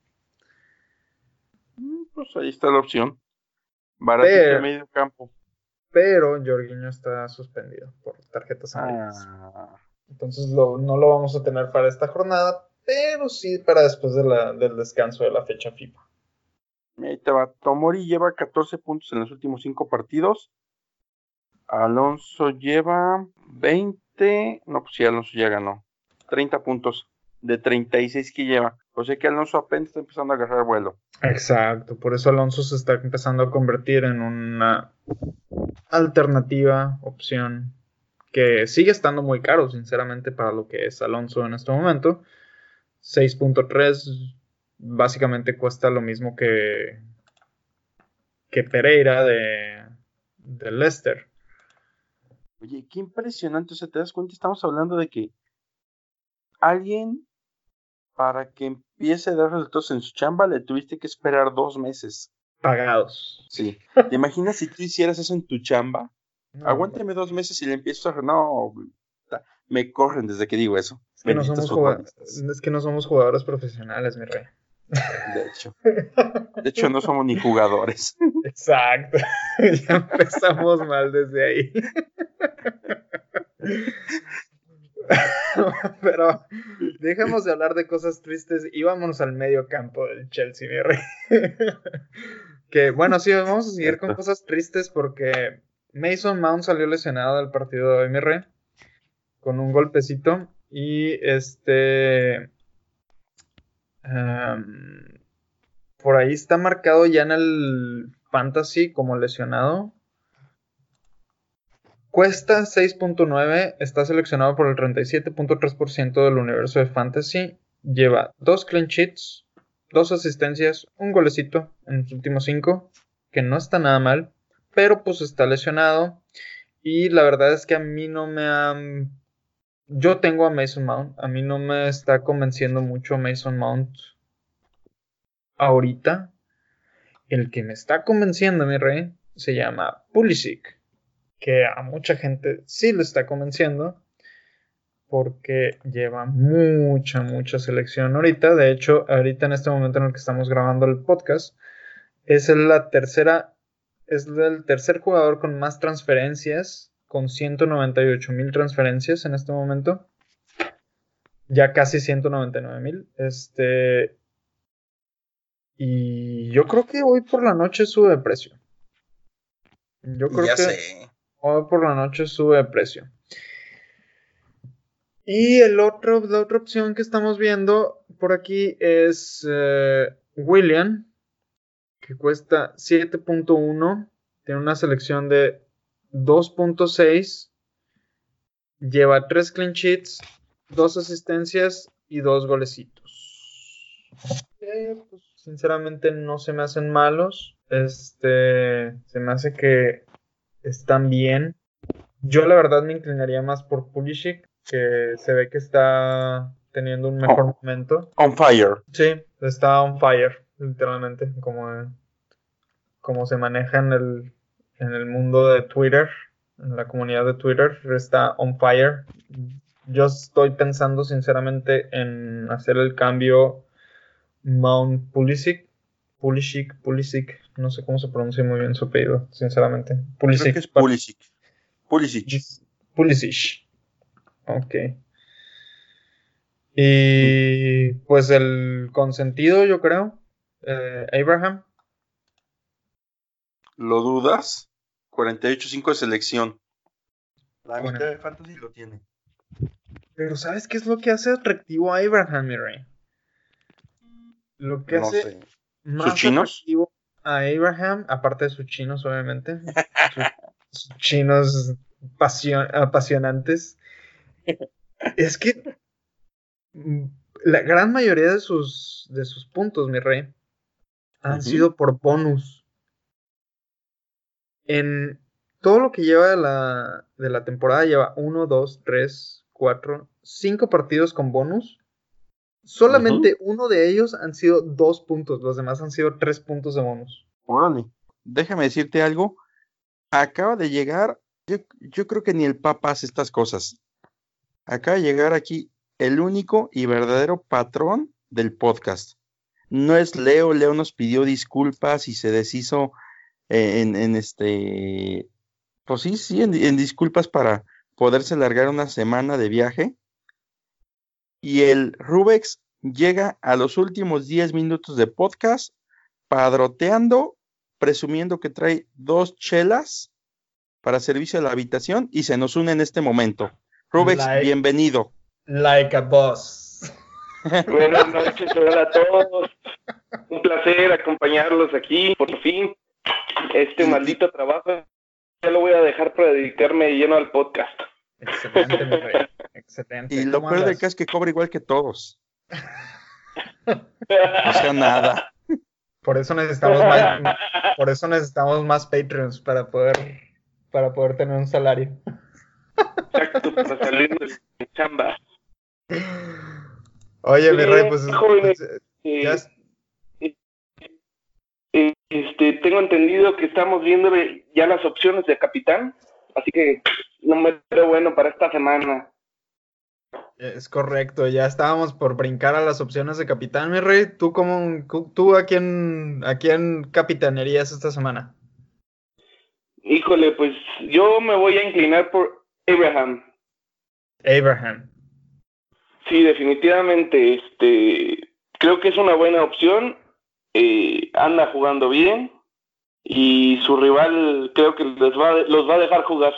Pues ahí está la opción. Baratito de Pero, medio campo. pero Jorginho está suspendido por tarjetas amarillas. Ah, Entonces no lo vamos a tener para esta jornada, pero sí para después del descanso de la fecha FIFA. ahí te va. Tomori lleva 14 puntos en los últimos 5 partidos. Alonso lleva 20. No, pues sí, Alonso ya ganó. 30 puntos de 36 que lleva. O sea que Alonso apenas está empezando a agarrar vuelo. Exacto, por eso Alonso se está empezando a convertir en una alternativa, opción, que sigue estando muy caro, sinceramente, para lo que es Alonso en este momento. 6.3 básicamente cuesta lo mismo que Pereira de Leicester. Oye, qué impresionante. O sea, te das cuenta, estamos hablando de que alguien, para que empiece a dar resultados en su chamba, le tuviste que esperar 2 meses. Pagados. Sí. ¿Te imaginas si tú hicieras eso en tu chamba? No, Aguántame 2 meses y le empiezo a... No, me corren desde que digo eso. es que Benditos futbolistas. no somos jugadores profesionales, mi rey. De hecho, no somos ni jugadores. Exacto. Ya empezamos mal desde ahí. Pero dejemos de hablar de cosas tristes y vámonos al medio campo del Chelsea, mi rey. Que bueno, sí, vamos a seguir con cosas tristes porque Mason Mount salió lesionado del partido de hoy, mi rey, con un golpecito. Y por ahí está marcado ya en el Fantasy como lesionado. Cuesta 6.9, está seleccionado por el 37.3% del universo de Fantasy. Lleva 2 clean sheets, 2 asistencias, un golecito en los últimos 5, que no está nada mal, pero pues está lesionado. Y la verdad es que a mí no me han... Yo tengo a Mason Mount, a mí no me está convenciendo mucho Mason Mount ahorita. El que me está convenciendo, mi rey, se llama Pulisic, que a mucha gente sí le está convenciendo porque lleva mucha selección ahorita. De hecho, ahorita en este momento en el que estamos grabando el podcast, es el tercer jugador con más transferencias, con 198,000 transferencias en este momento. Ya casi 199,000. Y yo creo que hoy por la noche sube de precio. Yo creo que hoy por la noche sube de precio. Y la otra opción que estamos viendo por aquí es William, que cuesta 7.1, tiene una selección de 2.6, lleva 3 clean sheets, 2 asistencias y 2 golecitos. Pues, sinceramente no se me hacen malos, se me hace que están bien. Yo la verdad me inclinaría más por Pulisic, que se ve que está teniendo un mejor momento. On fire. Sí, está on fire, literalmente, como se maneja en el mundo de Twitter, en la comunidad de Twitter, está on fire. Yo estoy pensando sinceramente en hacer el cambio Mount Pulisic, no sé cómo se pronuncia muy bien su apellido, sinceramente. Creo que es Pulisic. Pulisic. Ok. Y pues el consentido, yo creo, Abraham. ¿Lo dudas? 48.5 de selección. La mitad de Fantasy lo tiene. Pero ¿sabes qué es lo que hace atractivo a Abraham, mi rey? Lo que hace más atractivo a Abraham, aparte de sus chinos, obviamente, sus chinos apasionantes, es que la gran mayoría de sus puntos, mi rey, han sido por bonus. En todo lo que lleva de la temporada, lleva 1, 2, 3, 4, 5 partidos con bonus. Solamente uno de ellos han sido 2 puntos, los demás han sido 3 puntos de bonus. Órale, déjame decirte algo. Acaba de llegar, yo creo que ni el Papa hace estas cosas. Acaba de llegar aquí el único y verdadero patrón del podcast. No es Leo nos pidió disculpas y se deshizo pues sí, en disculpas para poderse largar una semana de viaje. Y el Rubex llega a los últimos 10 minutos de podcast, padroteando, presumiendo que trae 2 chelas para servicio a la habitación y se nos une en este momento. Rubex, bienvenido. Like a boss. Buenas noches a todos. Un placer acompañarlos aquí, por fin. Maldito trabajo ya lo voy a dejar para dedicarme lleno al podcast. Excelente, mi rey. Excelente. Y lo peor de acá es que cobra igual que todos. O sea, nada. Por eso necesitamos más Patreons para poder tener un salario. Exacto, para salir de chamba. Oye, mi rey, pues jóvenes, tengo entendido que estamos viendo ya las opciones de capitán, así que no me veo bueno para esta semana. Es correcto, ya estábamos por brincar a las opciones de capitán, mi rey. ¿Tú a quién capitanearías esta semana? Híjole, pues yo me voy a inclinar por Abraham. Sí, definitivamente, creo que es una buena opción. Anda jugando bien y su rival creo que los va a dejar jugar.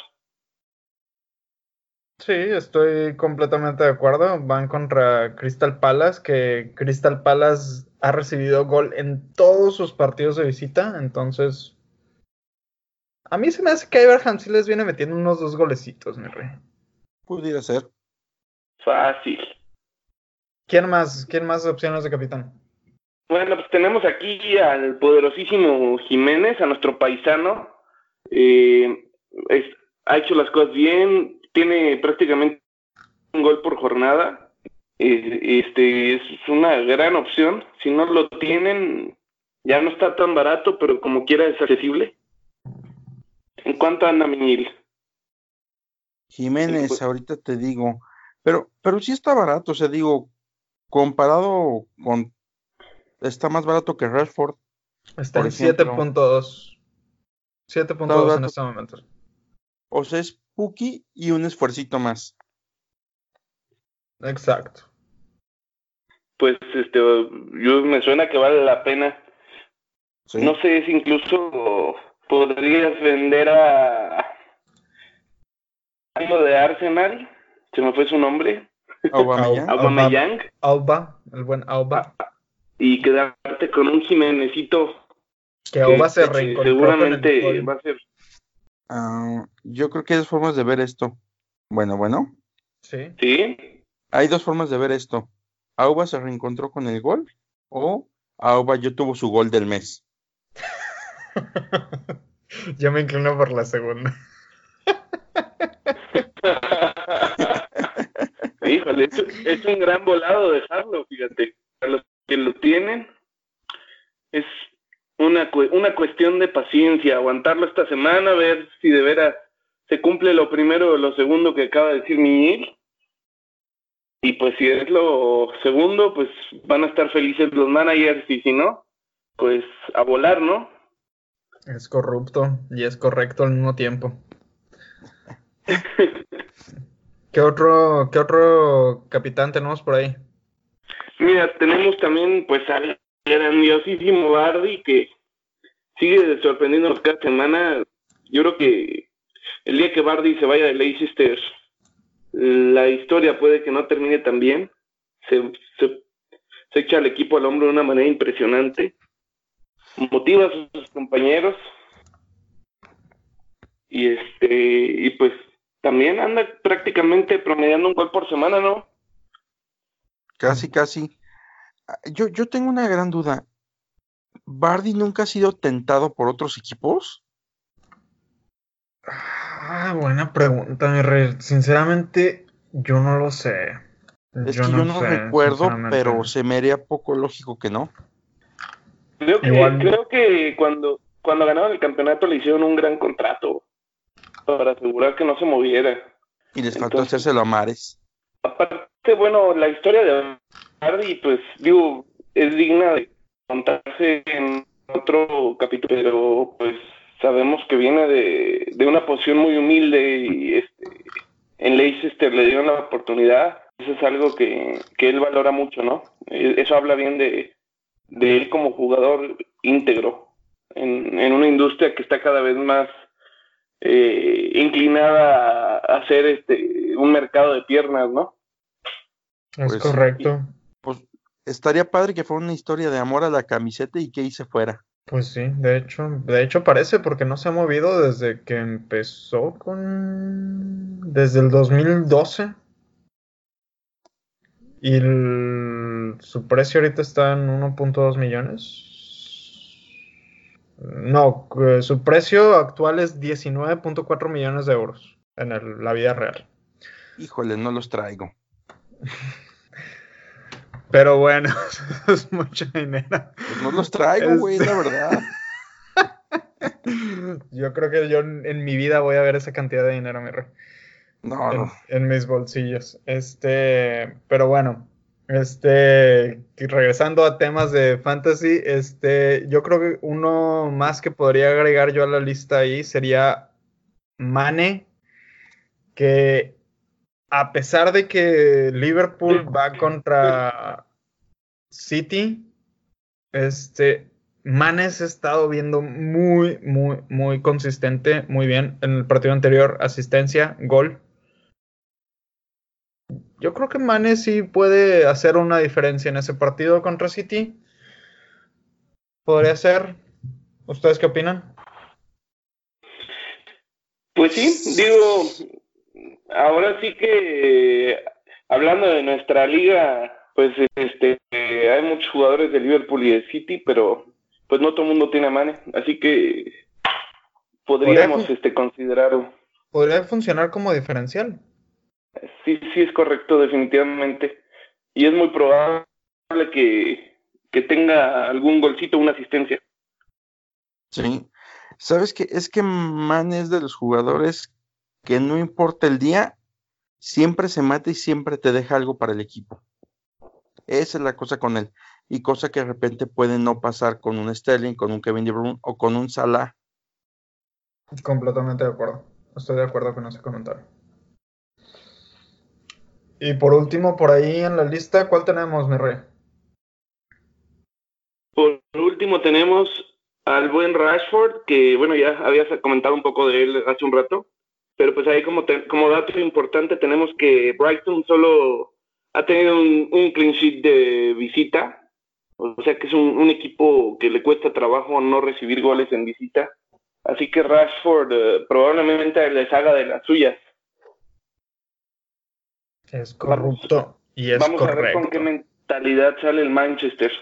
Sí, estoy completamente de acuerdo. Van contra Crystal Palace, que Crystal Palace ha recibido gol en todos sus partidos de visita, entonces a mí se me hace que Abraham sí les viene metiendo unos 2 golecitos, mi rey. Pudiera ser. Fácil. ¿Quién más opciones de capitán? Bueno, pues tenemos aquí al poderosísimo Jiménez, a nuestro paisano. Ha hecho las cosas bien, tiene prácticamente un gol por jornada. Es una gran opción. Si no lo tienen, ya no está tan barato, pero como quiera es accesible. ¿En cuánto anda Miñil? Jiménez, ahorita te digo, pero sí está barato, o sea, digo, comparado con, está más barato que Rashford. Está en 7.2. 7.2 en este momento. O sea, es Puki y un esfuercito más. Exacto. Pues yo me suena que vale la pena. ¿Sí? No sé si incluso podrías vender a algo de Arsenal, se me fue su nombre. Aubameyang. El buen Auba. Y quedarte con un Jiménezito. Que Auba se reencontró. Seguramente va a ser. Yo creo que hay 2 formas de ver esto. Bueno. Sí. Hay 2 formas de ver esto. Auba se reencontró con el gol o Auba ya tuvo su gol del mes. Yo me inclino por la segunda. Híjole, es un gran volado dejarlo, fíjate. Para los que lo tienen, es una cuestión de paciencia, aguantarlo esta semana, ver si de veras se cumple lo primero o lo segundo que acaba de decir Miñil. Y pues si es lo segundo, pues van a estar felices los managers, y si no, pues a volar, ¿no? Es corrupto y es correcto al mismo tiempo. ¿Qué otro capitán tenemos por ahí? Mira, tenemos también pues al grandiosísimo Vardy, que sigue sorprendiéndonos cada semana. Yo creo que el día que Vardy se vaya de Leicester, la historia puede que no termine tan bien. Se echa al equipo al hombro de una manera impresionante. Motiva a sus compañeros. Y pues también anda prácticamente promediando un gol por semana, ¿no? Casi. Yo tengo una gran duda. ¿Vardy nunca ha sido tentado por otros equipos? Buena pregunta, mi rey. Sinceramente, yo no lo sé. Yo no recuerdo, pero se me haría poco lógico que no. Creo que cuando ganaron el campeonato le hicieron un gran contrato para asegurar que no se moviera. Y les faltó hacérselo a Mahrez. Aparte, bueno, la historia de Vardy, pues, digo, es digna de contarse en otro capítulo, pero pues sabemos que viene de una posición muy humilde y en Leicester le dieron la oportunidad. Eso es algo que él valora mucho, ¿no? Eso habla bien de él como jugador íntegro en una industria que está cada vez más inclinada a hacer un mercado de piernas, ¿no? Es correcto. Pues Estaría padre que fuera una historia de amor a la camiseta y que ahí se fuera. Pues sí, de hecho parece porque no se ha movido desde que empezó desde el 2012 y su precio ahorita está en 1.2 millones. No, su precio actual es 19.4 millones de euros en la vida real. Híjole, no los traigo. Pero bueno, es mucho dinero. Pues no los traigo, güey, la verdad. Yo creo que yo en mi vida voy a ver esa cantidad de dinero, mi rey. No. En mis bolsillos. Pero bueno, regresando a temas de fantasy, yo creo que uno más que podría agregar yo a la lista ahí sería Mane, que a pesar de que Liverpool va contra City, Mane se ha estado viendo muy, muy, muy consistente, muy bien. En el partido anterior, asistencia, gol. Yo creo que Mane sí puede hacer una diferencia en ese partido contra City. Podría ser. ¿Ustedes qué opinan? Pues sí, digo, ahora sí que hablando de nuestra liga, pues hay muchos jugadores de Liverpool y de City, pero pues no todo el mundo tiene a Mane, así que podríamos considerarlo. Podría funcionar como diferencial. Sí, sí es correcto, definitivamente. Y es muy probable que tenga algún golcito, una asistencia. Sí. ¿Sabes qué? Es que Man es de los jugadores que no importa el día, siempre se mata y siempre te deja algo para el equipo. Esa es la cosa con él. Y cosa que de repente puede no pasar con un Sterling, con un Kevin De Bruyne o con un Salah. Completamente de acuerdo. Estoy de acuerdo con ese comentario. Y por último, por ahí en la lista, ¿cuál tenemos, mi rey? Por último tenemos al buen Rashford, que bueno, ya habías comentado un poco de él hace un rato, pero pues ahí como dato importante tenemos que Brighton solo ha tenido un clean sheet de visita, o sea que es un equipo que le cuesta trabajo no recibir goles en visita, así que Rashford probablemente les haga de las suyas. Es corrupto y es vamos correcto. A ver con qué mentalidad sale el Manchester.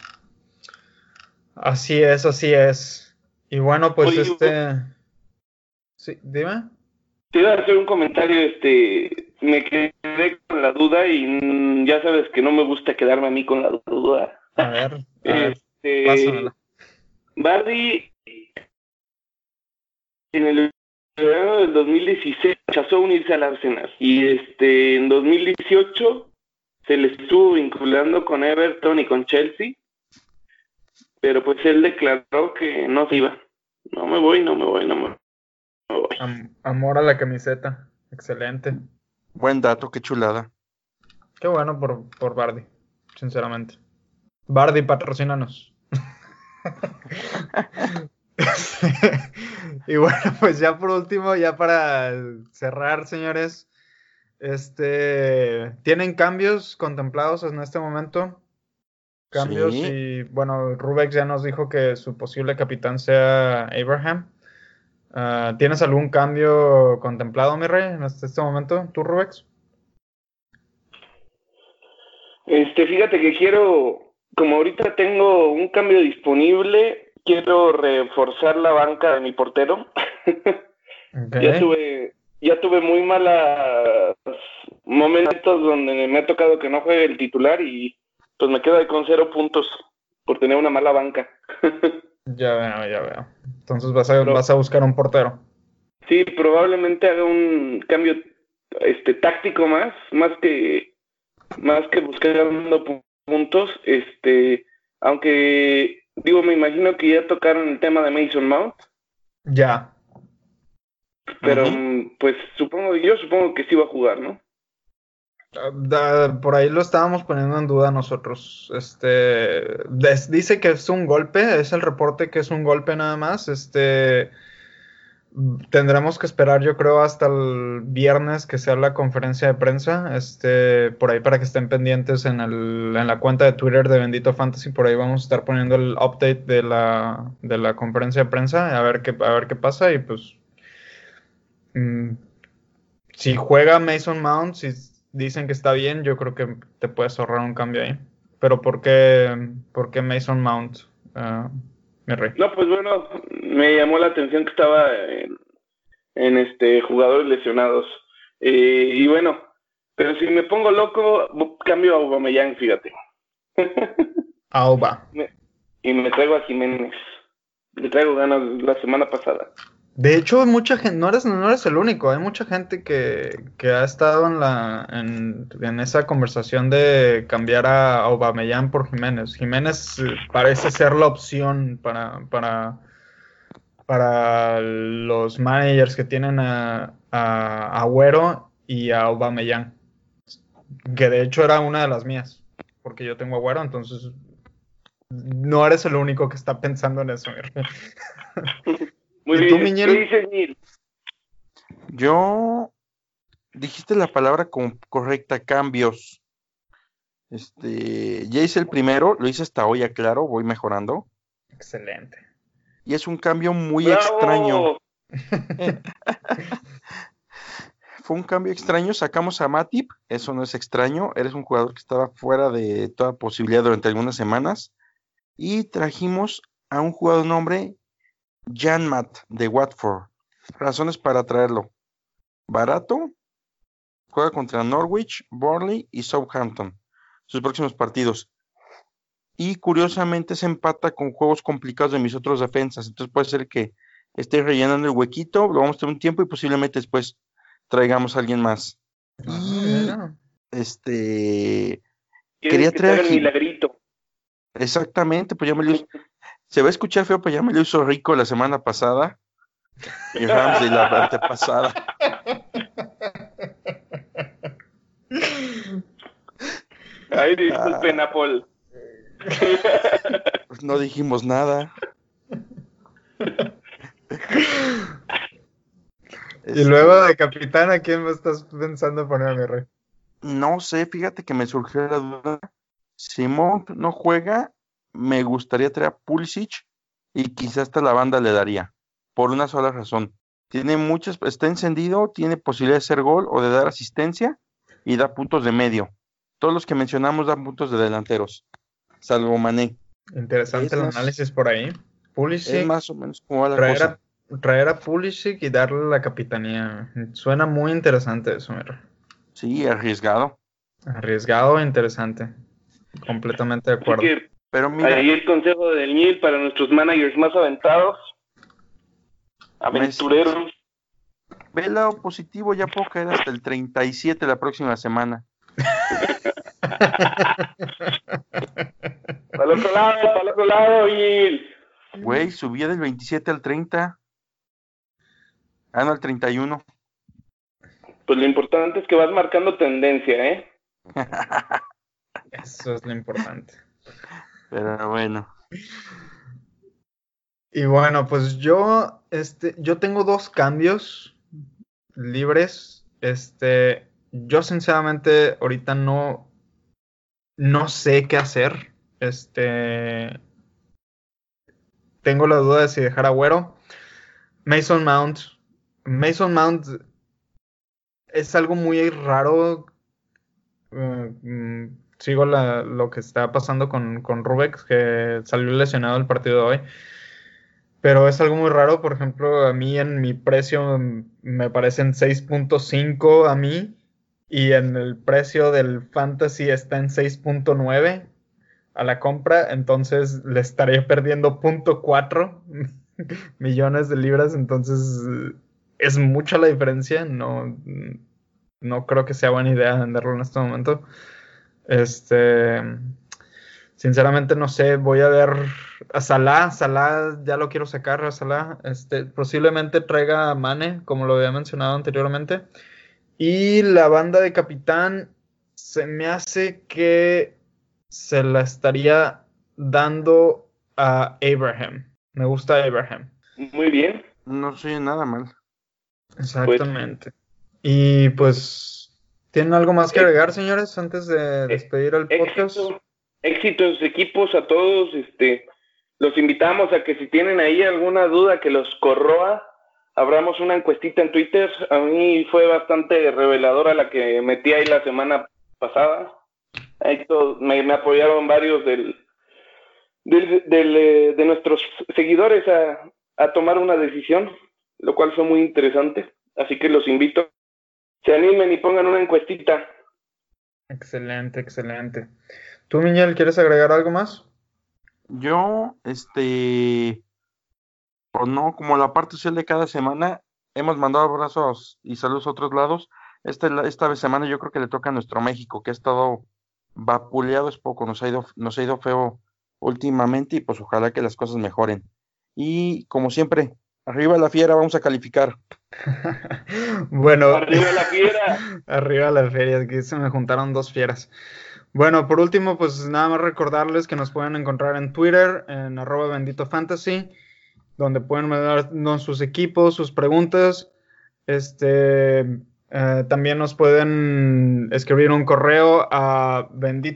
Así es, así es. Y bueno, pues Oye, sí, dime. Te iba a hacer un comentario, me quedé con la duda y ya sabes que no me gusta quedarme a mí con la duda. A ver, pásamela. Bardi en el verano del 2016 rechazó unirse al Arsenal y en 2018 se le estuvo vinculando con Everton y con Chelsea, pero pues él declaró que no se iba. No me voy. Amor a la camiseta. Excelente. Buen dato, qué chulada. Qué bueno por Bardi, sinceramente. Bardi, patrocínanos. Y bueno, pues ya por último, ya para cerrar, señores, ¿tienen cambios contemplados en este momento? Cambios Sí. y bueno, Rubex ya nos dijo que su posible capitán sea Abraham. ¿Tienes algún cambio contemplado, mi rey, en este momento? ¿Tú, Rubex? Fíjate que como ahorita tengo un cambio disponible, quiero reforzar la banca de mi portero. Okay. Ya tuve muy malos momentos donde me ha tocado que no juegue el titular y pues me quedo ahí con 0 puntos por tener una mala banca. Ya veo. Entonces vas a buscar un portero. Sí, probablemente haga un cambio táctico más que buscando puntos, aunque digo, me imagino que ya tocaron el tema de Mason Mount. Ya. Pero pues supongo que sí va a jugar, ¿no? Por ahí lo estábamos poniendo en duda nosotros. Dice que es un golpe, es el reporte que es un golpe nada más. Tendremos que esperar, yo creo, hasta el viernes que sea la conferencia de prensa, por ahí para que estén pendientes en la cuenta de Twitter de Bendito Fantasy, por ahí vamos a estar poniendo el update de la conferencia de prensa, a ver qué pasa, y pues mm, si juega Mason Mount, si dicen que está bien, yo creo que te puedes ahorrar un cambio ahí. Pero por qué Mason Mount, mi rey? No, pues bueno, me llamó la atención que estaba en jugadores lesionados. Y bueno, pero si me pongo loco, cambio a Aubameyang, fíjate. Auba. Y me traigo a Jiménez. Le traigo ganas la semana pasada. De hecho, mucha gente, no eres el único, hay mucha gente que ha estado en esa conversación de cambiar a Aubameyang por Jiménez. Jiménez parece ser la opción para los managers que tienen a Agüero y a Aubameyang, que de hecho era una de las mías, porque yo tengo Agüero, entonces no eres el único que está pensando en eso. Muy ¿Y tú, bien, Miñel? ¿qué dices, Neil? Yo, dijiste la palabra correcta, cambios. Ya hice el primero, lo hice hasta hoy, aclaro, voy mejorando. Excelente. Y es un cambio muy ¡Bravo! extraño. Fue un cambio extraño, sacamos a Matip, eso no es extraño, eres un jugador que estaba fuera de toda posibilidad durante algunas semanas. Y trajimos a un jugador de nombre Janmat de Watford. Razones para traerlo: barato, juega contra Norwich, Burnley y Southampton, sus próximos partidos. Y curiosamente se empata con juegos complicados de mis otros defensas. Entonces puede ser que esté rellenando el huequito, lo vamos a tener un tiempo y posiblemente después traigamos a alguien más. Y ¿Quieres quería que te haga traer el milagrito? Exactamente, pues ya me lo hizo. Se va a escuchar feo, pero ya me lo hizo rico la semana pasada. Y Ramsey la antepasada. Ay, disculpen, Apple. Pues no dijimos nada. Y luego de capitán, ¿a quién me estás pensando poner, mi rey? No sé, fíjate que me surgió la duda. Si Mount no juega, me gustaría traer a Pulisic y quizás hasta la banda le daría. Por una sola razón. Está encendido, tiene posibilidad de hacer gol o de dar asistencia y da puntos de medio. Todos los que mencionamos dan puntos de delanteros, salvo Mané. Interesante el análisis por ahí. Pulisic, es más o menos como va la cosa. Traer a Pulisic y darle la capitanía. Suena muy interesante eso, mira. Sí, arriesgado. Arriesgado e interesante. Completamente de acuerdo. Así que, pero mira, ahí el consejo del Neil para nuestros managers más aventados. Aventureros. Ve el lado positivo, ya puedo caer hasta el 37 la próxima semana. Para el otro lado, Neil. Güey, subía del 27 al 30. Ah, no, al 31. Pues lo importante es que vas marcando tendencia, ¿eh? Eso es lo importante. Pero bueno. Y bueno, pues yo tengo 2 cambios libres. Yo sinceramente ahorita no sé qué hacer. Tengo la duda de si dejar a Agüero. Mason Mount es algo muy raro. Sigo lo que está pasando con Rubex, que salió lesionado el partido de hoy. Pero es algo muy raro. Por ejemplo, a mí en mi precio me parecen 6.5 a mí. Y en el precio del Fantasy está en 6.9 a la compra. Entonces le estaría perdiendo 0.4 millones de libras. Entonces es mucha la diferencia. No creo que sea buena idea venderlo en este momento. Sinceramente no sé, voy a ver a Salah ya lo quiero sacar a Salah, posiblemente traiga a Mane, como lo había mencionado anteriormente, y la banda de capitán se me hace que se la estaría dando a Abraham. Me gusta Abraham. Muy bien. No soy nada mal. Exactamente. Y pues, ¿tienen algo más que agregar, señores, antes de despedir el podcast? Éxito en sus equipos a todos. Los invitamos a que si tienen ahí alguna duda que los corroa, abramos una encuestita en Twitter. A mí fue bastante reveladora la que metí ahí la semana pasada. Ahí me apoyaron varios de nuestros seguidores a tomar una decisión, lo cual fue muy interesante. Así que los invito, se animen y pongan una encuestita. Excelente, excelente. ¿Tú, Miñel, quieres agregar algo más? Yo, pues no, como la parte social de cada semana, hemos mandado abrazos y saludos a otros lados. Esta semana yo creo que le toca a nuestro México, que ha estado vapuleado, es poco, nos ha ido feo últimamente, y pues ojalá que las cosas mejoren. Y como siempre, arriba la fiera, vamos a calificar. Bueno, arriba la fiera. Arriba la feria, que se me juntaron dos fieras. Bueno, por último, pues nada más recordarles que nos pueden encontrar en Twitter, en @benditofantasy, donde pueden mandarnos sus equipos, sus preguntas. También nos pueden escribir un correo a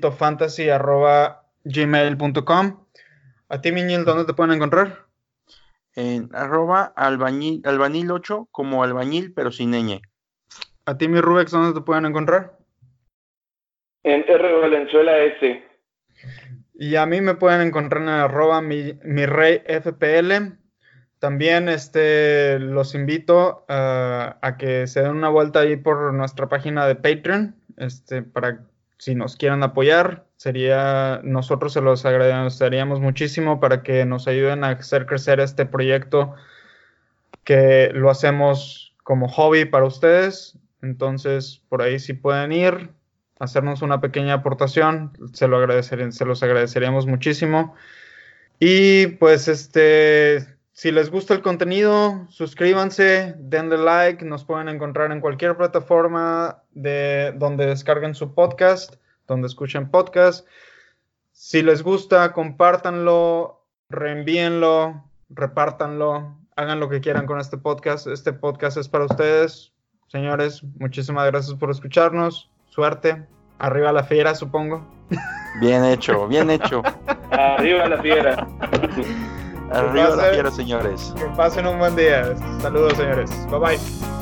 benditofantasy@gmail.com. A ti, Miñil, ¿dónde te pueden encontrar? En @albañil8, como albañil, pero sin ñ. A ti, mi Rubex, ¿dónde te pueden encontrar? En rvalenzuela.s. Y a mí me pueden encontrar en @mireyfpl. También los invito a que se den una vuelta ahí por nuestra página de Patreon, para si nos quieren apoyar. Nosotros se los agradeceríamos muchísimo para que nos ayuden a hacer crecer este proyecto, que lo hacemos como hobby para ustedes. Entonces, por ahí si pueden ir, hacernos una pequeña aportación, se los agradeceríamos muchísimo. Y pues si les gusta el contenido, suscríbanse, denle like. Nos pueden encontrar en cualquier plataforma donde descarguen su podcast, donde escuchen podcast. Si les gusta, compártanlo, reenvíenlo, repártanlo, hagan lo que quieran con este podcast. Este podcast es para ustedes. Señores, muchísimas gracias por escucharnos. Suerte. Arriba la fiera, supongo. Bien hecho, bien hecho. Arriba la fiera. Arriba la fiera, señores. Que pasen un buen día. Saludos, señores. Bye bye.